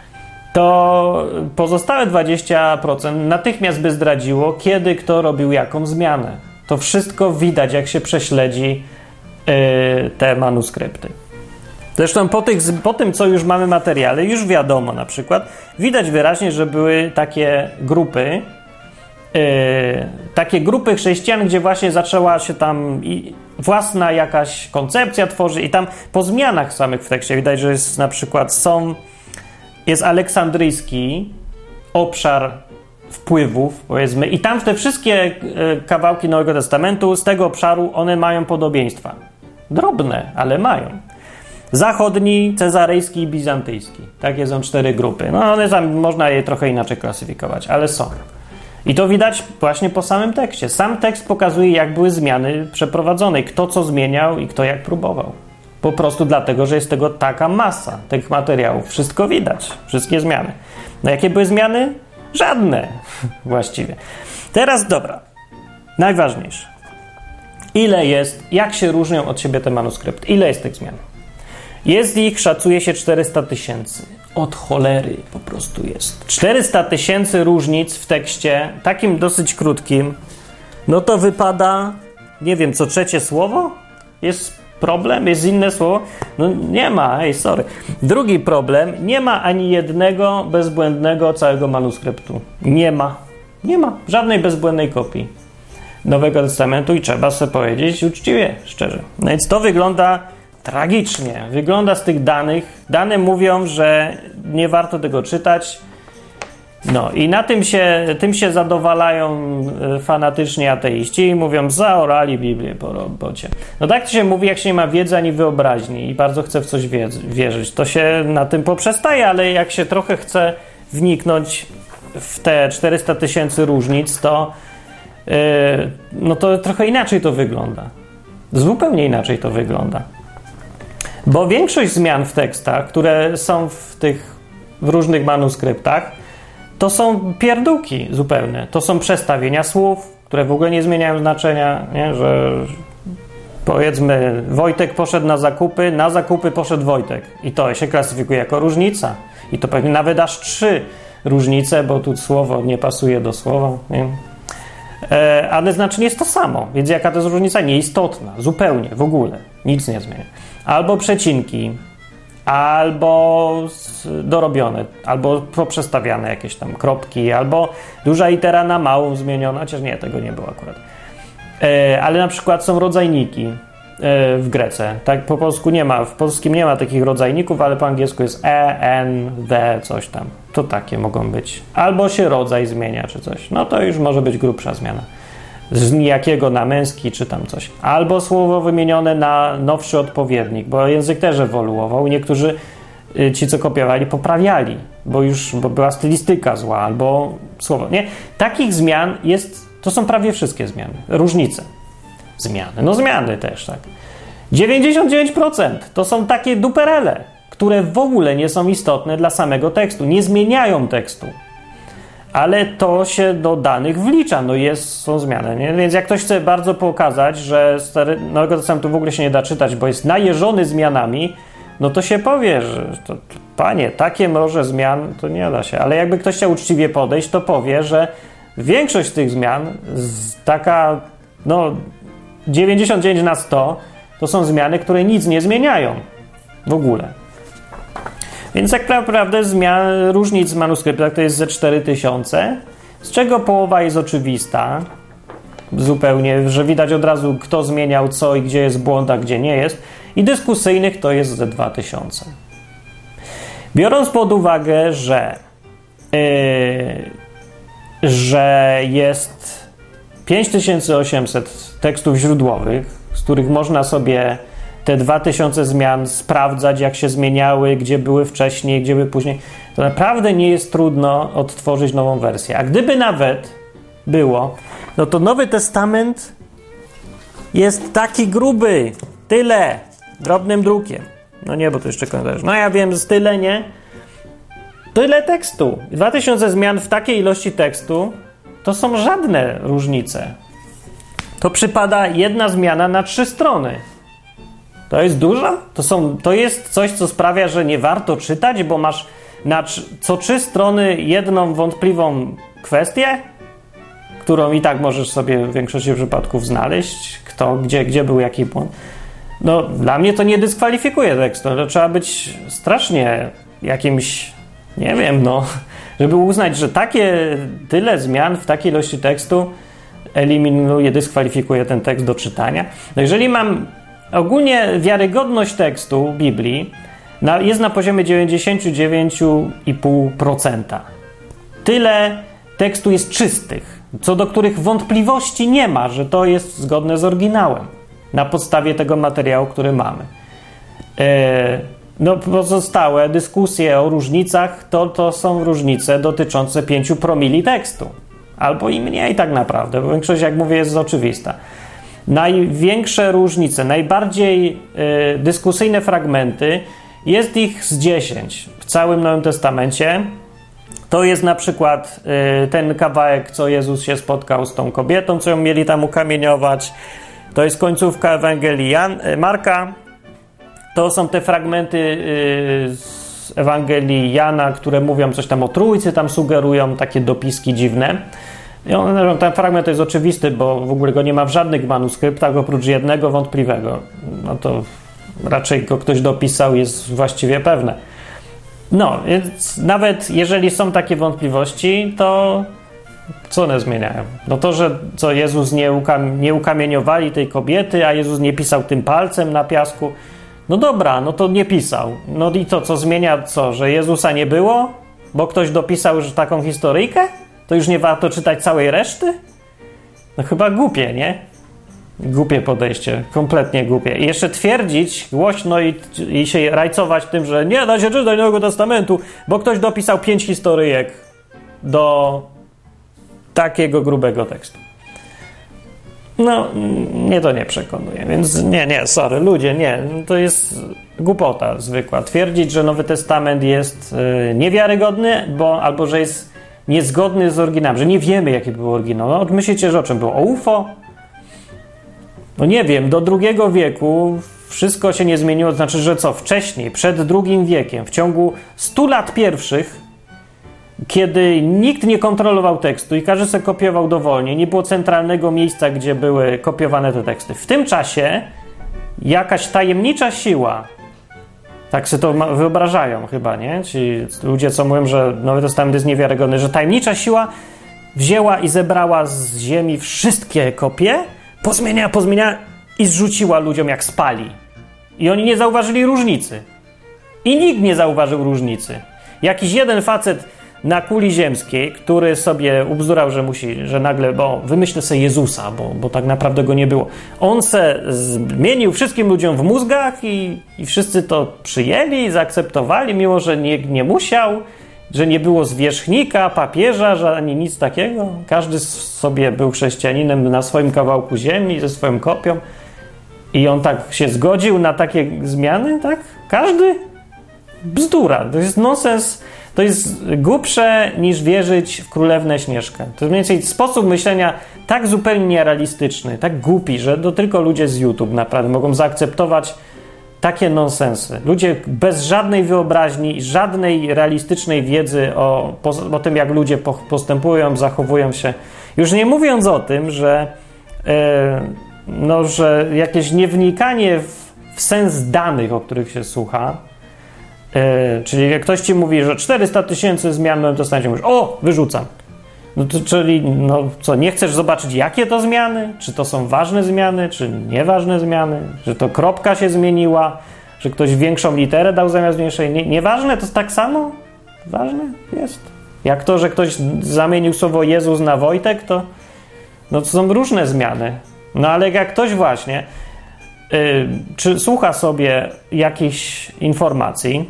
to pozostałe dwadzieścia procent natychmiast by zdradziło, kiedy kto robił jaką zmianę. To wszystko widać, jak się prześledzi yy, te manuskrypty. Zresztą po, tych, po tym, co już mamy materiale, już wiadomo na przykład, widać wyraźnie, że były takie grupy, yy, takie grupy chrześcijan, gdzie właśnie zaczęła się tam i własna jakaś koncepcja tworzy i tam po zmianach samych w tekście widać, że jest na przykład są, jest aleksandryjski obszar wpływów, powiedzmy, i tam te wszystkie kawałki Nowego Testamentu z tego obszaru, one mają podobieństwa. Drobne, ale mają. Zachodni, cezarejski i bizantyjski. Takie są cztery grupy. No one tam, można je trochę inaczej klasyfikować, ale są. I to widać właśnie po samym tekście. Sam tekst pokazuje, jak były zmiany przeprowadzone, kto co zmieniał i kto jak próbował. Po prostu dlatego, że jest tego taka masa tych materiałów. Wszystko widać, wszystkie zmiany. No jakie były zmiany? Żadne właściwie. Teraz dobra, najważniejsze. Ile jest, jak się różnią od siebie te manuskrypty? Ile jest tych zmian? Jest ich, szacuje się czterysta tysięcy. Od cholery po prostu jest. czterysta tysięcy różnic w tekście, takim dosyć krótkim. No to wypada, nie wiem, co trzecie słowo? Jest problem? Jest inne słowo? No nie ma, ej, sorry. Drugi problem, nie ma ani jednego bezbłędnego całego manuskryptu. Nie ma. Nie ma żadnej bezbłędnej kopii Nowego Testamentu i trzeba sobie powiedzieć uczciwie, szczerze. No więc to wygląda tragicznie. Wygląda z tych danych. Dane mówią, że nie warto tego czytać. No i na tym się, tym się zadowalają fanatycznie ateiści i mówią, zaorali Biblię po robocie. No tak to się mówi, jak się nie ma wiedzy ani wyobraźni i bardzo chce w coś wierzyć. To się na tym poprzestaje, ale jak się trochę chce wniknąć w te czterysta tysięcy różnic, to yy, no to trochę inaczej to wygląda. Zupełnie inaczej to wygląda. Bo większość zmian w tekstach, które są w tych w różnych manuskryptach, to są pierdółki zupełne. To są przestawienia słów, które w ogóle nie zmieniają znaczenia, nie? Że powiedzmy Wojtek poszedł na zakupy, na zakupy poszedł Wojtek. I to się klasyfikuje jako różnica. I to pewnie nawet aż trzy różnice, bo tu słowo nie pasuje do słowa. Nie? E, ale znaczenie jest to samo. Więc jaka to jest różnica? Nieistotna. Zupełnie, w ogóle. Nic nie zmienia. Albo przecinki, albo dorobione, albo poprzestawiane jakieś tam kropki, albo duża litera na małą zmieniona, chociaż nie, tego nie było akurat. E, ale na przykład są rodzajniki e, w Grece. Tak po polsku nie ma, w polskim nie ma takich rodzajników, ale po angielsku jest e, n, d, coś tam. To takie mogą być. Albo się rodzaj zmienia, czy coś. No to już może być grubsza zmiana. Z nijakiego na męski, czy tam coś. Albo słowo wymienione na nowszy odpowiednik, bo język też ewoluował. Niektórzy, ci co kopiowali, poprawiali, bo już bo była stylistyka zła, albo słowo. Nie? Takich zmian jest, to są prawie wszystkie zmiany. Różnice. Zmiany. No zmiany też, tak. dziewięćdziesiąt dziewięć procent to są takie duperele, które w ogóle nie są istotne dla samego tekstu. Nie zmieniają tekstu. Ale to się do danych wlicza, no jest, są zmiany, nie? Więc jak ktoś chce bardzo pokazać, że stary, Nowego Testamentu w ogóle się nie da czytać, bo jest najeżony zmianami, no to się powie, że to, panie, takie mroże zmian, to nie da się. Ale jakby ktoś chciał uczciwie podejść, to powie, że większość tych zmian, taka, no dziewięćdziesiąt dziewięć na sto, to są zmiany, które nic nie zmieniają w ogóle. Więc tak naprawdę zmian, różnic w manuskryptach to jest ze cztery tysiące, z czego połowa jest oczywista, zupełnie, że widać od razu, kto zmieniał co i gdzie jest błąd, a gdzie nie jest, i dyskusyjnych to jest ze dwa tysiące. Biorąc pod uwagę, że, yy, że jest pięć tysięcy osiemset tekstów źródłowych, z których można sobie te dwa tysiące zmian sprawdzać, jak się zmieniały, gdzie były wcześniej, gdzie były później, to naprawdę nie jest trudno odtworzyć nową wersję. A gdyby nawet było, no to Nowy Testament jest taki gruby, tyle, drobnym drukiem. No nie, bo to jeszcze komentarz. No ja wiem, z tyle nie. Tyle tekstu. dwa tysiące zmian w takiej ilości tekstu to są żadne różnice. To przypada jedna zmiana na trzy strony. To jest dużo? To, są, to jest coś, co sprawia, że nie warto czytać, bo masz na co trzy strony jedną wątpliwą kwestię, którą i tak możesz sobie w większości przypadków znaleźć, kto, gdzie, gdzie był jaki błąd. No, dla mnie to nie dyskwalifikuje tekstu. To trzeba być strasznie jakimś, nie wiem, no, żeby uznać, że takie tyle zmian w takiej ilości tekstu eliminuje, dyskwalifikuje ten tekst do czytania. No, jeżeli mam ogólnie wiarygodność tekstu Biblii na, jest na poziomie dziewięćdziesiąt dziewięć przecinek pięć procent. Tyle tekstu jest czystych, co do których wątpliwości nie ma, że to jest zgodne z oryginałem na podstawie tego materiału, który mamy. E, no pozostałe dyskusje o różnicach to, to są różnice dotyczące pięciu promili tekstu. Albo i mniej tak naprawdę, bo większość, jak mówię, jest oczywista. Największe różnice, najbardziej y, dyskusyjne fragmenty, jest ich z dziesięć w całym Nowym Testamencie. To jest na przykład y, ten kawałek, co Jezus się spotkał z tą kobietą, co ją mieli tam ukamieniować. To jest końcówka Ewangelii Jan, y, Marka. To są te fragmenty y, z Ewangelii Jana, które mówią coś tam o Trójcy, tam sugerują takie dopiski dziwne. Ten fragment jest oczywisty, bo w ogóle go nie ma w żadnych manuskryptach, oprócz jednego wątpliwego. No to raczej go ktoś dopisał, jest właściwie pewne. No, więc nawet jeżeli są takie wątpliwości, to co one zmieniają? No to, że co Jezus nie, ukam- nie ukamieniowali tej kobiety, a Jezus nie pisał tym palcem na piasku. No dobra, no to nie pisał. No i to, co zmienia co? Że Jezusa nie było? bo ktoś dopisał już taką historyjkę? To już nie warto czytać całej reszty? No chyba głupie, nie? Głupie podejście, kompletnie głupie. I jeszcze twierdzić głośno i, i się rajcować tym, że nie da się czytać Nowego Testamentu, bo ktoś dopisał pięć historyjek do takiego grubego tekstu. No, mnie to nie przekonuje, więc nie, nie, sorry, ludzie, nie, to jest głupota zwykła. Twierdzić, że Nowy Testament jest y, niewiarygodny, bo, albo że jest niezgodny z oryginałem, że nie wiemy, jaki był oryginał. No, myślicie, że o czym było? O U F O? No nie wiem, do drugiego wieku wszystko się nie zmieniło, to znaczy, że co? Wcześniej, przed drugim wiekiem, w ciągu stu lat pierwszych, kiedy nikt nie kontrolował tekstu i każdy sobie kopiował dowolnie, nie było centralnego miejsca, gdzie były kopiowane te teksty. W tym czasie jakaś tajemnicza siła, tak sobie to wyobrażają chyba, nie? Ci ludzie, co mówią, że Nowy Testament jest niewiarygodny, że tajemnicza siła wzięła i zebrała z ziemi wszystkie kopie, pozmieniała, pozmieniała i zrzuciła ludziom jak spali. I oni nie zauważyli różnicy. I nikt nie zauważył różnicy. Jakiś jeden facet na kuli ziemskiej, który sobie ubzdurał, że musi, że nagle, bo wymyślę sobie Jezusa, bo, bo tak naprawdę go nie było. On se zmienił wszystkim ludziom w mózgach i, i wszyscy to przyjęli, zaakceptowali, mimo że nie, nie musiał, że nie było zwierzchnika, papieża, że ani nic takiego. Każdy sobie był chrześcijaninem na swoim kawałku ziemi, ze swoją kopią i on tak się zgodził na takie zmiany, tak? Każdy? Bzdura. To jest nonsens. To jest głupsze niż wierzyć w Królewnę Śnieżkę. To jest mniej więcej sposób myślenia tak zupełnie nierealistyczny, tak głupi, że to tylko ludzie z YouTube naprawdę mogą zaakceptować takie nonsensy. Ludzie bez żadnej wyobraźni i żadnej realistycznej wiedzy o, o tym, jak ludzie postępują, zachowują się. Już nie mówiąc o tym, że, yy, no, że jakieś niewnikanie w, w sens danych, o których się słucha, Yy, czyli jak ktoś ci mówi, że czterysta tysięcy zmian w Nowym Testamencie, mówisz, o, wyrzucam. No to, czyli, no co, nie chcesz zobaczyć, jakie to zmiany? Czy to są ważne zmiany, czy nieważne zmiany? Że to kropka się zmieniła? Że ktoś większą literę dał zamiast mniejszej? Nie, nieważne? To jest tak samo? Ważne? Jest. Jak to, że ktoś zamienił słowo Jezus na Wojtek, to, no to są różne zmiany. No ale jak ktoś właśnie yy, czy słucha sobie jakichś informacji,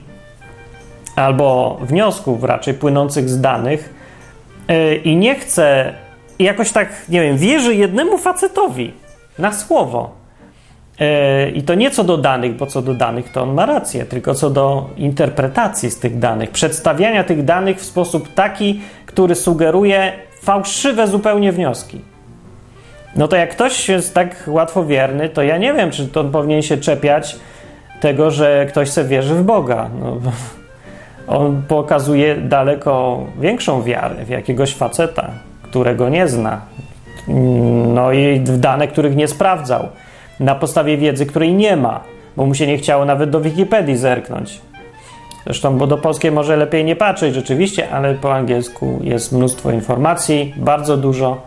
albo wniosków raczej płynących z danych yy, i nie chce, jakoś tak, nie wiem, wierzy jednemu facetowi na słowo. Yy, I to nie co do danych, bo co do danych to on ma rację, tylko co do interpretacji z tych danych, przedstawiania tych danych w sposób taki, który sugeruje fałszywe zupełnie wnioski. No to jak ktoś jest tak łatwowierny, to ja nie wiem, czy to on powinien się czepiać tego, że ktoś se wierzy w Boga. No, on pokazuje daleko większą wiarę w jakiegoś faceta, którego nie zna. No i w dane, których nie sprawdzał. Na podstawie wiedzy, której nie ma, bo mu się nie chciało nawet do Wikipedii zerknąć. Zresztą, bo do polskiej może lepiej nie patrzeć rzeczywiście, ale po angielsku jest mnóstwo informacji, bardzo dużo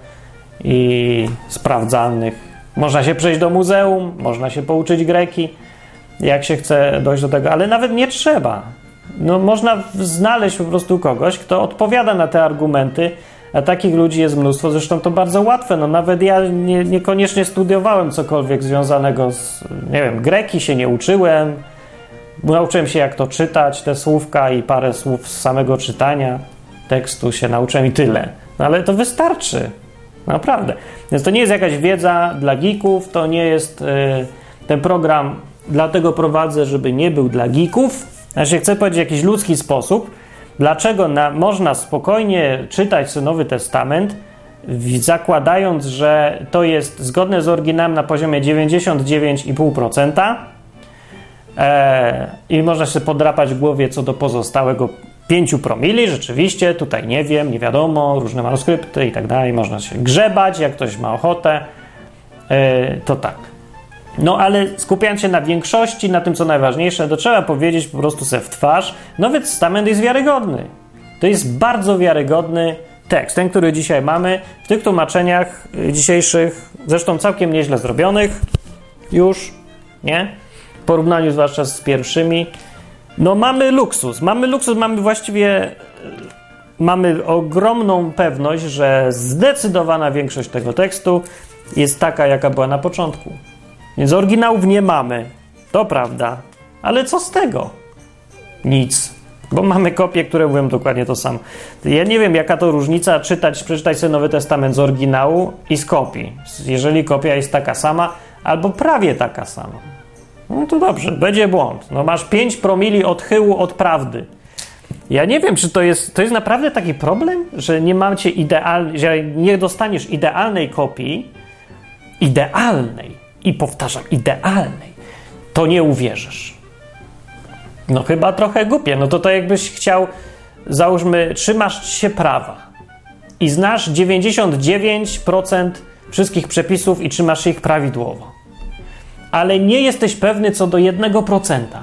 i sprawdzalnych. Można się przejść do muzeum, można się pouczyć greki, jak się chce dojść do tego, ale nawet nie trzeba. No, można znaleźć po prostu kogoś, kto odpowiada na te argumenty, a takich ludzi jest mnóstwo. Zresztą to bardzo łatwe. No, nawet ja nie, niekoniecznie studiowałem cokolwiek związanego z, nie wiem, greki się nie uczyłem. Nauczyłem się, jak to czytać, te słówka i parę słów z samego czytania tekstu się nauczyłem i tyle. No, ale to wystarczy. Naprawdę. Więc to nie jest jakaś wiedza dla geeków, to nie jest... Yy, ten program dlatego prowadzę, żeby nie był dla geeków. Znaczy, chcę powiedzieć w jakiś ludzki sposób, dlaczego na, można spokojnie czytać sobie Nowy Testament, zakładając, że to jest zgodne z oryginałem na poziomie dziewięćdziesiąt dziewięć i pół procent e, i można się podrapać w głowie co do pozostałego pięciu promili, rzeczywiście, tutaj nie wiem, nie wiadomo, różne manuskrypty i tak dalej, można się grzebać, jak ktoś ma ochotę, e, to tak. No ale skupiając się na większości, na tym co najważniejsze, to trzeba powiedzieć po prostu sobie w twarz, Nowy Testament jest wiarygodny. To jest bardzo wiarygodny tekst, ten, który dzisiaj mamy, w tych tłumaczeniach dzisiejszych, zresztą całkiem nieźle zrobionych już, nie? W porównaniu zwłaszcza z pierwszymi. No mamy luksus, mamy luksus, mamy właściwie mamy ogromną pewność, że zdecydowana większość tego tekstu jest taka, jaka była na początku. Więc oryginałów nie mamy, to prawda, ale co z tego? Nic, bo mamy kopie, które mówią dokładnie to samo. Ja nie wiem, jaka to różnica czytać, przeczytać sobie Nowy Testament z oryginału i z kopii. Jeżeli kopia jest taka sama, albo prawie taka sama. No to dobrze, będzie błąd. No masz pięć promili odchyłu od prawdy. Ja nie wiem, czy to jest, to jest naprawdę taki problem, że nie macie idealnej, że nie dostaniesz idealnej kopii, idealnej, i powtarzam, idealnej, to nie uwierzysz. No chyba trochę głupie. No to to jakbyś chciał, załóżmy, trzymasz się prawa i znasz dziewięćdziesiąt dziewięć procent wszystkich przepisów i trzymasz ich prawidłowo, ale nie jesteś pewny co do jednego procenta.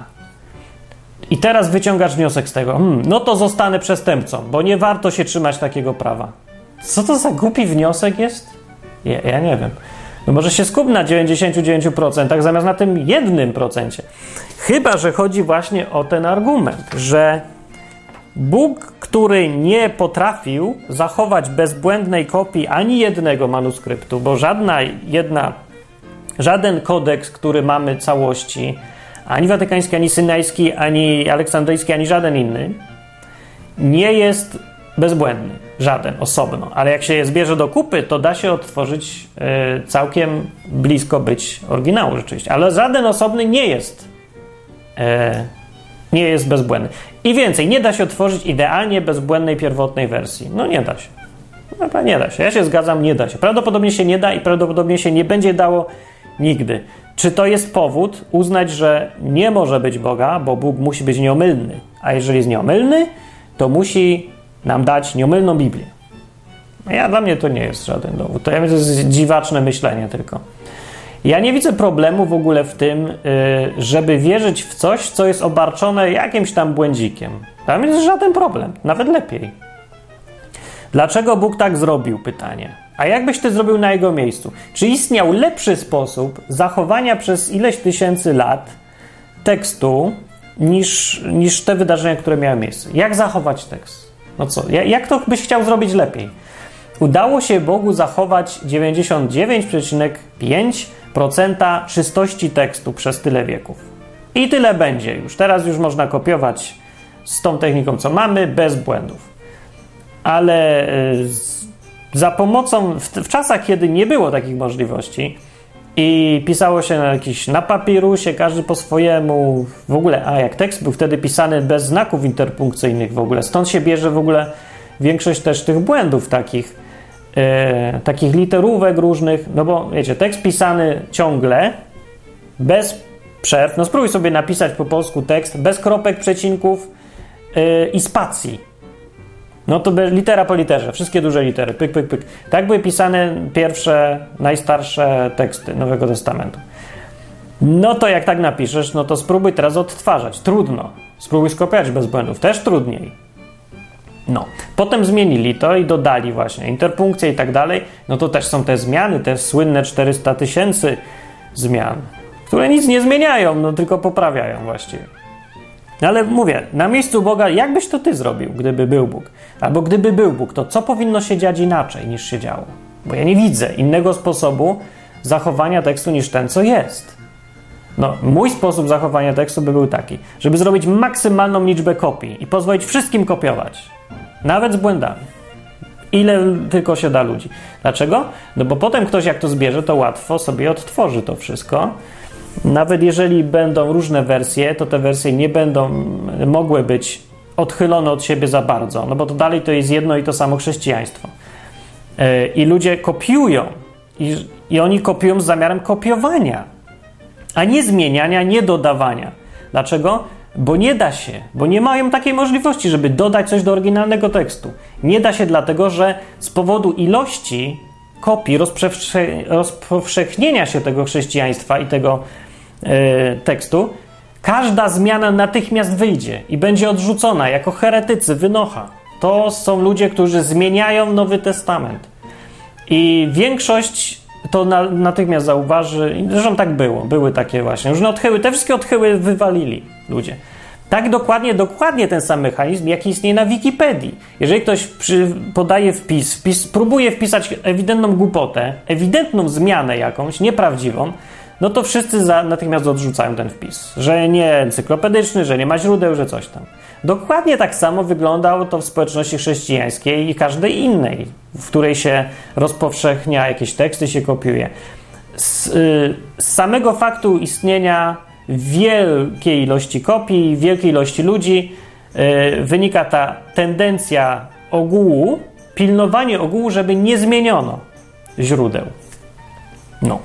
I teraz wyciągasz wniosek z tego, hmm, no to zostanę przestępcą, bo nie warto się trzymać takiego prawa. Co to za głupi wniosek jest? Ja, ja nie wiem. No może się skup na dziewięćdziesiąt dziewięć procent zamiast na tym jednym procencie. Chyba że chodzi właśnie o ten argument, że Bóg, który nie potrafił zachować bezbłędnej kopii ani jednego manuskryptu, bo żadna jedna, żaden kodeks, który mamy całości, ani watykański, ani synajski, ani aleksandryjski, ani żaden inny, nie jest bezbłędny. Żaden, osobno. Ale jak się je zbierze do kupy, to da się odtworzyć y, całkiem blisko być oryginału rzeczywiście. Ale żaden osobny nie jest y, nie jest bezbłędny. I więcej, nie da się otworzyć idealnie bezbłędnej pierwotnej wersji. No nie da się. No, nie da się. Ja się zgadzam, nie da się. Prawdopodobnie się nie da i prawdopodobnie się nie będzie dało nigdy. Czy to jest powód uznać, że nie może być Boga, bo Bóg musi być nieomylny. A jeżeli jest nieomylny, to musi nam dać nieomylną Biblię. Ja, dla mnie to nie jest żaden dowód. To jest dziwaczne myślenie tylko. Ja nie widzę problemu w ogóle w tym, żeby wierzyć w coś, co jest obarczone jakimś tam błędzikiem. Tam jest żaden problem. Nawet lepiej. Dlaczego Bóg tak zrobił? Pytanie. A jak byś ty zrobił na jego miejscu? Czy istniał lepszy sposób zachowania przez ileś tysięcy lat tekstu niż, niż te wydarzenia, które miały miejsce? Jak zachować tekst? No co? Jak to byś chciał zrobić lepiej? Udało się Bogu zachować dziewięćdziesiąt dziewięć przecinek pięć procent czystości tekstu przez tyle wieków. I tyle będzie już. Teraz już można kopiować z tą techniką, co mamy, bez błędów. Ale za pomocą, w, w czasach, kiedy nie było takich możliwości i pisało się na jakiś, na papirusie, każdy po swojemu, w ogóle, a jak tekst był wtedy pisany bez znaków interpunkcyjnych w ogóle, stąd się bierze w ogóle większość też tych błędów takich, e, takich literówek różnych, no bo wiecie, tekst pisany ciągle, bez przerw, no spróbuj sobie napisać po polsku tekst, bez kropek, przecinków e, i spacji. No to litera po literze, wszystkie duże litery, pyk, pyk, pyk. Tak były pisane pierwsze, najstarsze teksty Nowego Testamentu. No to jak tak napiszesz, no to spróbuj teraz odtwarzać. Trudno. Spróbuj skopiować bez błędów. Też trudniej. No. Potem zmienili to i dodali właśnie interpunkcje i tak dalej. No to też są te zmiany, te słynne czterysta tysięcy zmian, które nic nie zmieniają, no tylko poprawiają właściwie. No ale mówię, na miejscu Boga, jak byś to ty zrobił, gdyby był Bóg? Albo gdyby był Bóg, to co powinno się dziać inaczej niż się działo? Bo ja nie widzę innego sposobu zachowania tekstu niż ten, co jest. No, mój sposób zachowania tekstu by był taki, żeby zrobić maksymalną liczbę kopii i pozwolić wszystkim kopiować. Nawet z błędami. Ile tylko się da ludzi. Dlaczego? No bo potem ktoś jak to zbierze, to łatwo sobie odtworzy to wszystko. Nawet jeżeli będą różne wersje, to te wersje nie będą mogły być odchylone od siebie za bardzo, no bo to dalej to jest jedno i to samo chrześcijaństwo. Yy, I ludzie kopiują. I, I oni kopiują z zamiarem kopiowania, a nie zmieniania, nie dodawania. Dlaczego? Bo nie da się, bo nie mają takiej możliwości, żeby dodać coś do oryginalnego tekstu. Nie da się dlatego, że z powodu ilości kopii, rozpowsze- rozpowszechnienia się tego chrześcijaństwa i tego yy, tekstu, każda zmiana natychmiast wyjdzie i będzie odrzucona jako heretycy, wynocha. To są ludzie, którzy zmieniają Nowy Testament. I większość to na, natychmiast zauważy, zresztą tak było, były takie właśnie różne odchyły, te wszystkie odchyły wywalili ludzie. Tak dokładnie, dokładnie ten sam mechanizm, jaki istnieje na Wikipedii. Jeżeli ktoś przy, podaje wpis, wpis, próbuje wpisać ewidentną głupotę, ewidentną zmianę jakąś, nieprawdziwą, no to wszyscy za, natychmiast odrzucają ten wpis. Że nie encyklopedyczny, że nie ma źródeł, że coś tam. Dokładnie tak samo wyglądało to w społeczności chrześcijańskiej i każdej innej, w której się rozpowszechnia jakieś teksty, się kopiuje. Z, y, z samego faktu istnienia wielkiej ilości kopii, wielkiej ilości ludzi y, wynika ta tendencja ogółu, pilnowanie ogółu, żeby nie zmieniono źródeł. No.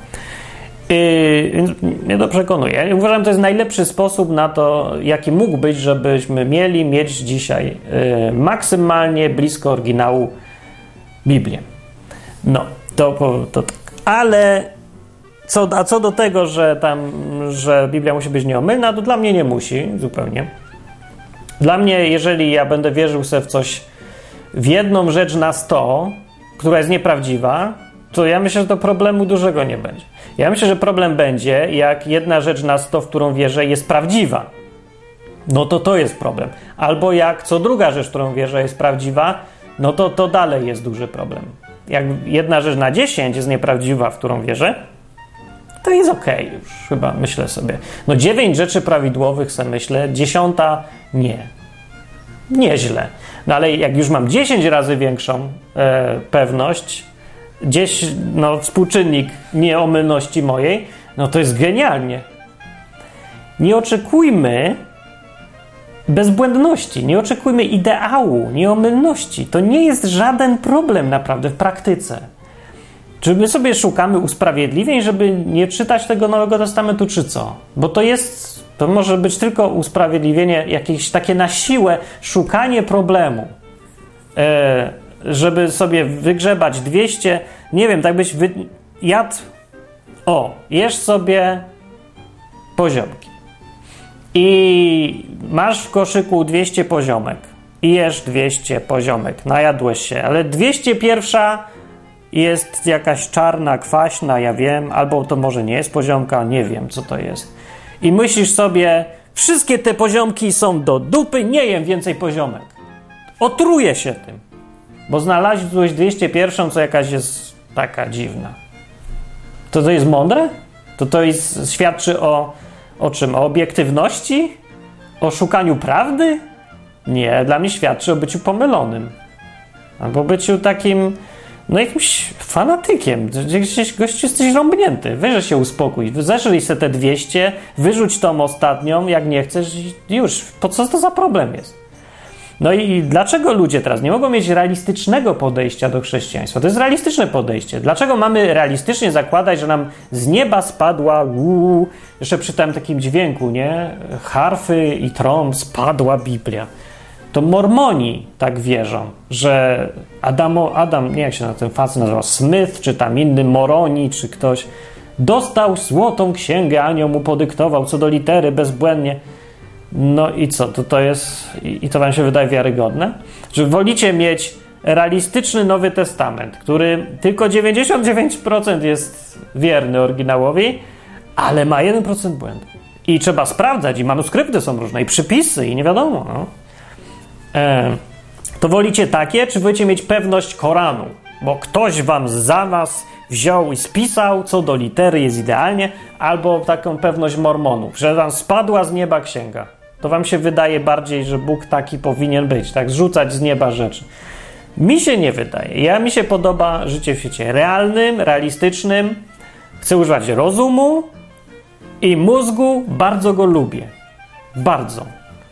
Yy, więc mnie to przekonuje. Uważam, że to jest najlepszy sposób na to, jaki mógł być, żebyśmy mieli mieć dzisiaj yy, maksymalnie blisko oryginału Biblię. No, to, to tak. Ale co, a co do tego, że tam, że Biblia musi być nieomylna, to dla mnie nie musi zupełnie. Dla mnie, jeżeli ja będę wierzył sobie w coś, w jedną rzecz na sto, która jest nieprawdziwa, to ja myślę, że to problemu dużego nie będzie. Ja myślę, że problem będzie, jak jedna rzecz na sto, w którą wierzę, jest prawdziwa. No to to jest problem. Albo jak co druga rzecz, w którą wierzę, jest prawdziwa, no to to dalej jest duży problem. Jak jedna rzecz na dziesięć jest nieprawdziwa, w którą wierzę, to jest okej okay, już chyba, myślę sobie. No dziewięć rzeczy prawidłowych sobie myślę, dziesiąta nie. Nieźle. No ale jak już mam dziesięć razy większą e, pewność, gdzieś no, współczynnik nieomylności mojej, no to jest genialnie. Nie oczekujmy bezbłędności, nie oczekujmy ideału, nieomylności. To nie jest żaden problem naprawdę w praktyce. Czy my sobie szukamy usprawiedliwień, żeby nie czytać tego Nowego Testamentu, czy co? Bo to jest, to może być tylko usprawiedliwienie, jakieś takie na siłę szukanie problemu. E, żeby sobie wygrzebać dwieście, nie wiem, tak byś wy... jadł, o, jesz sobie poziomki i masz w koszyku dwieście poziomek i jesz dwieście poziomek, najadłeś się, ale dwieście pierwsza jest jakaś czarna, kwaśna, ja wiem, albo to może nie jest poziomka, nie wiem, co to jest. I myślisz sobie, wszystkie te poziomki są do dupy, nie jem więcej poziomek. Otruję się tym. Bo znalazłeś dwieście pierwszą, co jakaś jest taka dziwna. To to jest mądre? To to jest, świadczy o, o czym? O obiektywności? O szukaniu prawdy? Nie, dla mnie świadczy o byciu pomylonym. Albo byciu takim, no jakimś fanatykiem. Gdzieś gościu jesteś rąbnięty. Weź się uspokój. Zeszli se te dwieście, wyrzuć tą ostatnią, jak nie chcesz, już. Po co to za problem jest? No i dlaczego ludzie teraz nie mogą mieć realistycznego podejścia do chrześcijaństwa? To jest realistyczne podejście. Dlaczego mamy realistycznie zakładać, że nam z nieba spadła, uu, jeszcze przy tym takim dźwięku, nie? Harfy i trąb spadła Biblia. To Mormoni tak wierzą, że Adamo, Adam, nie jak się na ten facet nazywał, Smith, czy tam inny Moroni, czy ktoś, dostał złotą księgę, anioł mu podyktował co do litery bezbłędnie. No i co, to, to jest, i to wam się wydaje wiarygodne? Że wolicie mieć realistyczny Nowy Testament, który tylko dziewięćdziesiąt dziewięć procent jest wierny oryginałowi, ale ma jeden procent błędu. I trzeba sprawdzać, i manuskrypty są różne, i przypisy, i nie wiadomo. No. E, to wolicie takie, czy wolicie mieć pewność Koranu? Bo ktoś wam za was wziął i spisał, co do litery jest idealnie, albo taką pewność Mormonów, że wam spadła z nieba księga. To wam się wydaje bardziej, że Bóg taki powinien być, tak? Zrzucać z nieba rzeczy. Mi się nie wydaje. Ja mi się podoba życie w świecie realnym, realistycznym. Chcę używać rozumu i mózgu. Bardzo go lubię. Bardzo.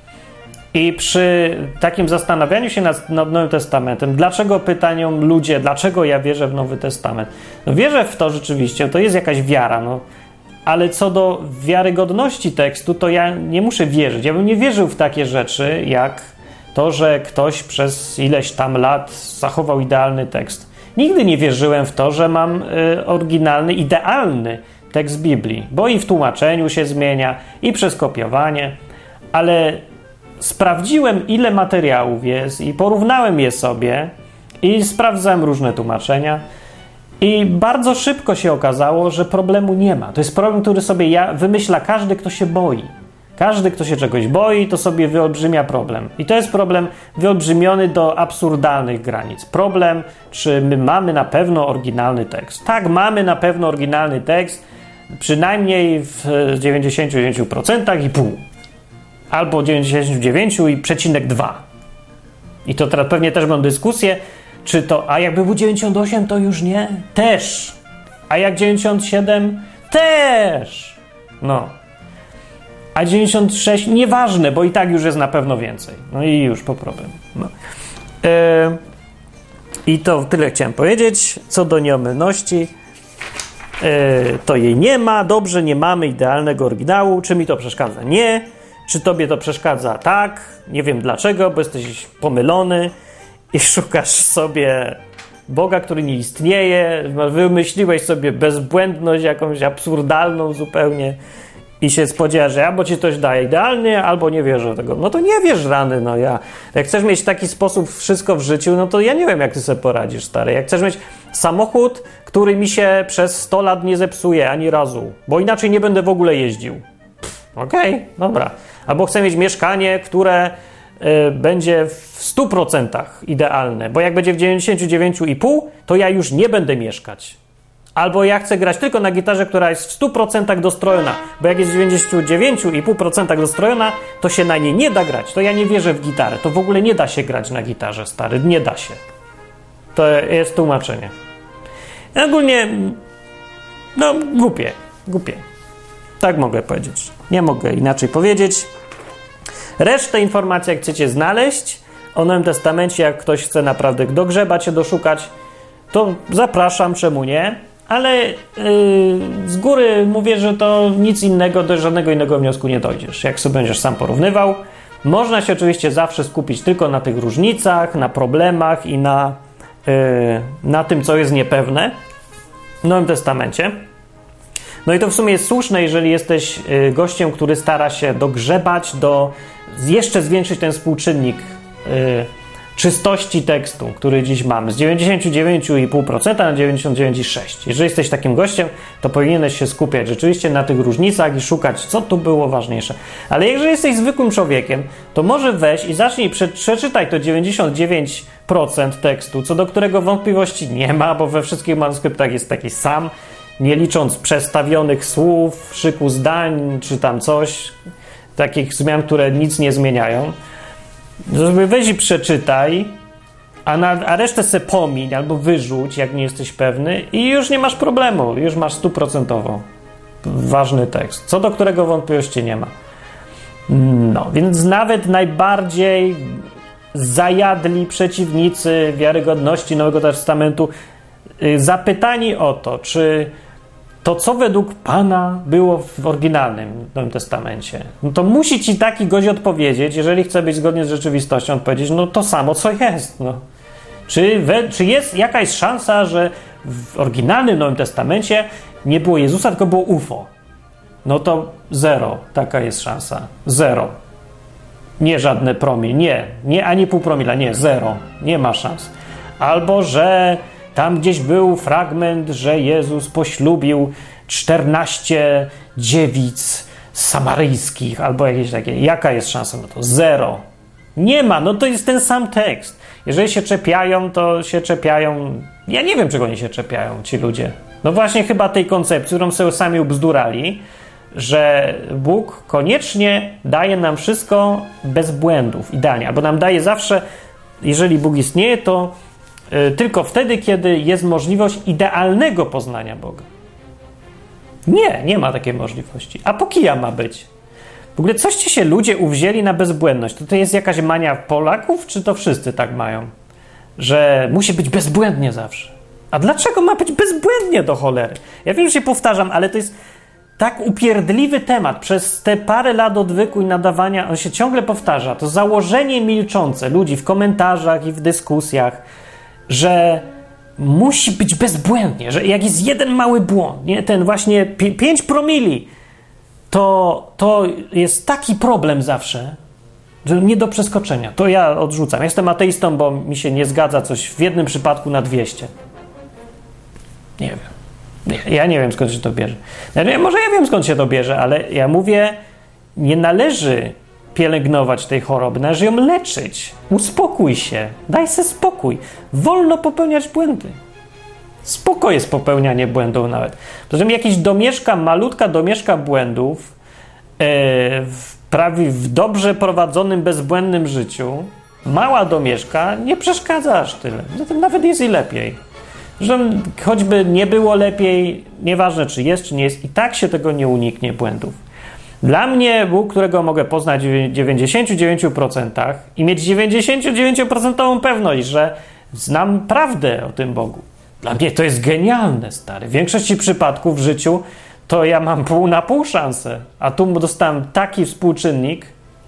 I przy takim zastanawianiu się nad, nad Nowym Testamentem, dlaczego pytają ludzie, dlaczego ja wierzę w Nowy Testament? No wierzę w to rzeczywiście, to jest jakaś wiara, no. Ale co do wiarygodności tekstu, to ja nie muszę wierzyć. Ja bym nie wierzył w takie rzeczy, jak to, że ktoś przez ileś tam lat zachował idealny tekst. Nigdy nie wierzyłem w to, że mam y, oryginalny, idealny tekst Biblii, bo i w tłumaczeniu się zmienia, i przez kopiowanie, ale sprawdziłem, ile materiałów jest i porównałem je sobie i sprawdzałem różne tłumaczenia i bardzo szybko się okazało, że problemu nie ma. To jest problem, który sobie ja wymyśla każdy, kto się boi. Każdy, kto się czegoś boi, to sobie wyolbrzymia problem. I to jest problem wyolbrzymiony do absurdalnych granic. Problem, czy my mamy na pewno oryginalny tekst. Tak, mamy na pewno oryginalny tekst, przynajmniej w dziewięćdziesięciu dziewięciu procentach i pół. Albo dziewięćdziesiąt dziewięć i przecinek dwa. I to teraz pewnie też będą dyskusje, czy to, a jakby był dziewięćdziesiąt osiem, to już nie? Też. A jak dziewięćdziesiąt siedem? Też. No. A dziewięćdziesiąt sześć? Nieważne, bo i tak już jest na pewno więcej. No i już po problem. No. Yy, I to tyle chciałem powiedzieć. Co do nieomylności, yy, to jej nie ma. Dobrze, nie mamy idealnego oryginału. Czy mi to przeszkadza? Nie. Czy tobie to przeszkadza? Tak. Nie wiem dlaczego, bo jesteś pomylony i szukasz sobie Boga, który nie istnieje. Wymyśliłeś sobie bezbłędność jakąś absurdalną zupełnie i się spodziewasz, że albo ci coś daje idealnie, albo nie wierzę tego. No to nie wierz, rany, no ja. Jak chcesz mieć w taki sposób wszystko w życiu, no to ja nie wiem, jak ty sobie poradzisz, stary. Jak chcesz mieć samochód, który mi się przez sto lat nie zepsuje ani razu, bo inaczej nie będę w ogóle jeździł. Okej, okay, dobra. Albo chcę mieć mieszkanie, które y, będzie w stu procentach idealne, bo jak będzie w dziewięćdziesięciu dziewięciu i pół, to ja już nie będę mieszkać. Albo ja chcę grać tylko na gitarze, która jest w stu procentach dostrojona, bo jak jest w dziewięćdziesięciu dziewięciu i pół procent dostrojona, to się na niej nie da grać. To ja nie wierzę w gitarę. To w ogóle nie da się grać na gitarze, stary. Nie da się. To jest tłumaczenie. Ogólnie, no, głupie. Głupie. Tak mogę powiedzieć. Nie mogę inaczej powiedzieć. Resztę informacji, jak chcecie znaleźć o Nowym Testamencie, jak ktoś chce naprawdę dogrzebać się, doszukać, to zapraszam, czemu nie? Ale yy, z góry mówię, że to nic innego, do żadnego innego wniosku nie dojdziesz, jak sobie będziesz sam porównywał. Można się oczywiście zawsze skupić tylko na tych różnicach, na problemach i na, yy, na tym, co jest niepewne w Nowym Testamencie. No i to w sumie jest słuszne, jeżeli jesteś yy, gościem, który stara się dogrzebać, do jeszcze zwiększyć ten współczynnik yy, czystości tekstu, który dziś mamy, z dziewięćdziesiąt dziewięć i pół procent na dziewięćdziesiąt dziewięć i sześć procent. Jeżeli jesteś takim gościem, to powinieneś się skupiać rzeczywiście na tych różnicach i szukać, co tu było ważniejsze. Ale jeżeli jesteś zwykłym człowiekiem, to może weź i zacznij prze- przeczytaj to dziewięćdziesiąt dziewięć procent tekstu, co do którego wątpliwości nie ma, bo we wszystkich manuskryptach jest taki sam, nie licząc przestawionych słów, szyku zdań, czy tam coś, takich zmian, które nic nie zmieniają. Weź i przeczytaj, a, na, a resztę se pomiń albo wyrzuć, jak nie jesteś pewny i już nie masz problemu, już masz stuprocentowo ważny tekst, co do którego wątpliwości nie ma. No, więc nawet najbardziej zajadli przeciwnicy wiarygodności Nowego Testamentu zapytani o to, czy to, co według Pana było w oryginalnym Nowym Testamencie, no to musi ci taki gość odpowiedzieć, jeżeli chce być zgodnie z rzeczywistością, odpowiedzieć, no to samo, co jest. No. Czy, we, czy jest jakaś szansa, że w oryginalnym Nowym Testamencie nie było Jezusa, tylko było U F O? No to zero. Taka jest szansa. Zero. Nie żadne promil. Nie. Nie ani pół promila. Nie. Zero. Nie ma szans. Albo, że tam gdzieś był fragment, że Jezus poślubił czternaście dziewic samaryjskich albo jakieś takie. Jaka jest szansa? No to zero. Nie ma. No to jest ten sam tekst. Jeżeli się czepiają, to się czepiają. Ja nie wiem, czego oni się czepiają, ci ludzie. No właśnie chyba tej koncepcji, którą sobie sami ubzdurali, że Bóg koniecznie daje nam wszystko bez błędów, idealnie. Albo nam daje zawsze, jeżeli Bóg istnieje, to tylko wtedy, kiedy jest możliwość idealnego poznania Boga. Nie, nie ma takiej możliwości. A po kija ma być. W ogóle coś ci się ludzie uwzięli na bezbłędność. To, to jest jakaś mania Polaków, czy to wszyscy tak mają? Że musi być bezbłędnie zawsze. A dlaczego ma być bezbłędnie do cholery? Ja wiem, że się powtarzam, ale to jest tak upierdliwy temat. Przez te parę lat odwyku i nadawania on się ciągle powtarza. To założenie milczące ludzi w komentarzach i w dyskusjach, że musi być bezbłędnie, że jak jest jeden mały błąd, nie, ten właśnie pięć promili, to, to jest taki problem zawsze, że nie do przeskoczenia. To ja odrzucam. Jestem ateistą, bo mi się nie zgadza coś w jednym przypadku na dwieście. Nie wiem. Ja nie wiem, skąd się to bierze. Może ja wiem, skąd się to bierze, ale ja mówię, nie należy pielęgnować tej choroby, należy ją leczyć. Uspokój się, daj se spokój. Wolno popełniać błędy. Spoko jest popełnianie błędów nawet. Poza tym jakiś domieszka, malutka domieszka błędów yy, w prawie w dobrze prowadzonym, bezbłędnym życiu, mała domieszka nie przeszkadza aż tyle. Zatem nawet jest i lepiej. Że choćby nie było lepiej, nieważne czy jest, czy nie jest, i tak się tego nie uniknie błędów. Dla mnie Bóg, którego mogę poznać w dziewięćdziesięciu dziewięciu procentach i mieć dziewięćdziesiąt dziewięć procent pewność, że znam prawdę o tym Bogu. Dla mnie to jest genialne, stary. W większości przypadków w życiu to ja mam pół na pół szansę, a tu dostałem taki współczynnik,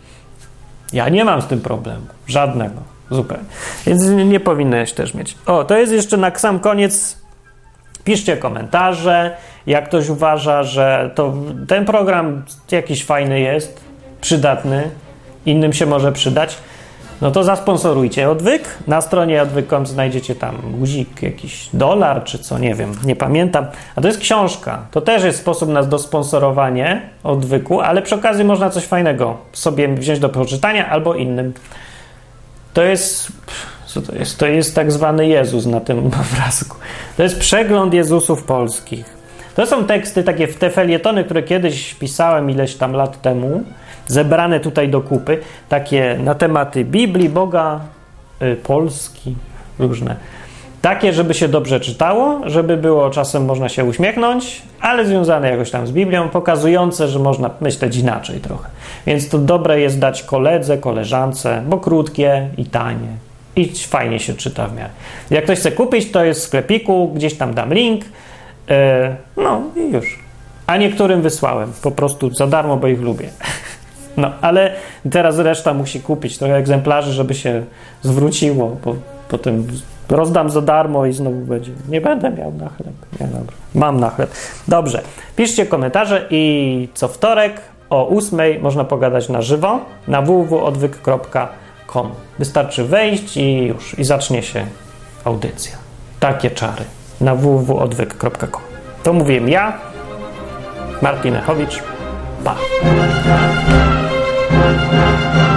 ja nie mam z tym problemu. Żadnego. Zupełnie. Więc nie powinieneś też mieć. O, to jest jeszcze na sam koniec. Piszcie komentarze, jak ktoś uważa, że to ten program jakiś fajny jest, przydatny, innym się może przydać, no to zasponsorujcie Odwyk. Na stronie odwyk kropka com znajdziecie tam guzik, jakiś dolar czy co, nie wiem, nie pamiętam. A to jest książka. To też jest sposób na dosponsorowanie Odwyku, ale przy okazji można coś fajnego sobie wziąć do przeczytania albo innym. To jest, co to jest? To jest tak zwany Jezus na tym obrazku. To jest przegląd Jezusów polskich. To są teksty, takie te felietony, które kiedyś pisałem ileś tam lat temu, zebrane tutaj do kupy, takie na tematy Biblii, Boga, y, Polski, różne. Takie, żeby się dobrze czytało, żeby było czasem można się uśmiechnąć, ale związane jakoś tam z Biblią, pokazujące, że można myśleć inaczej trochę. Więc to dobre jest dać koledze, koleżance, bo krótkie i tanie. I fajnie się czyta w miarę. Jak ktoś chce kupić, to jest w sklepiku, gdzieś tam dam link. Yy, no i już. A niektórym wysłałem po prostu za darmo, bo ich lubię. No, ale teraz reszta musi kupić trochę egzemplarzy, żeby się zwróciło, bo potem rozdam za darmo i znowu będzie. Nie będę miał na chleb. Nie, dobra. Mam na chleb. Dobrze. Piszcie komentarze i co wtorek o ósmej można pogadać na żywo na w w w kropka odwyk kropka com. Wystarczy wejść i już. I zacznie się audycja. Takie czary. Na w w w kropka odwyk kropka com. To mówiłem ja, Martin Lechowicz. Pa.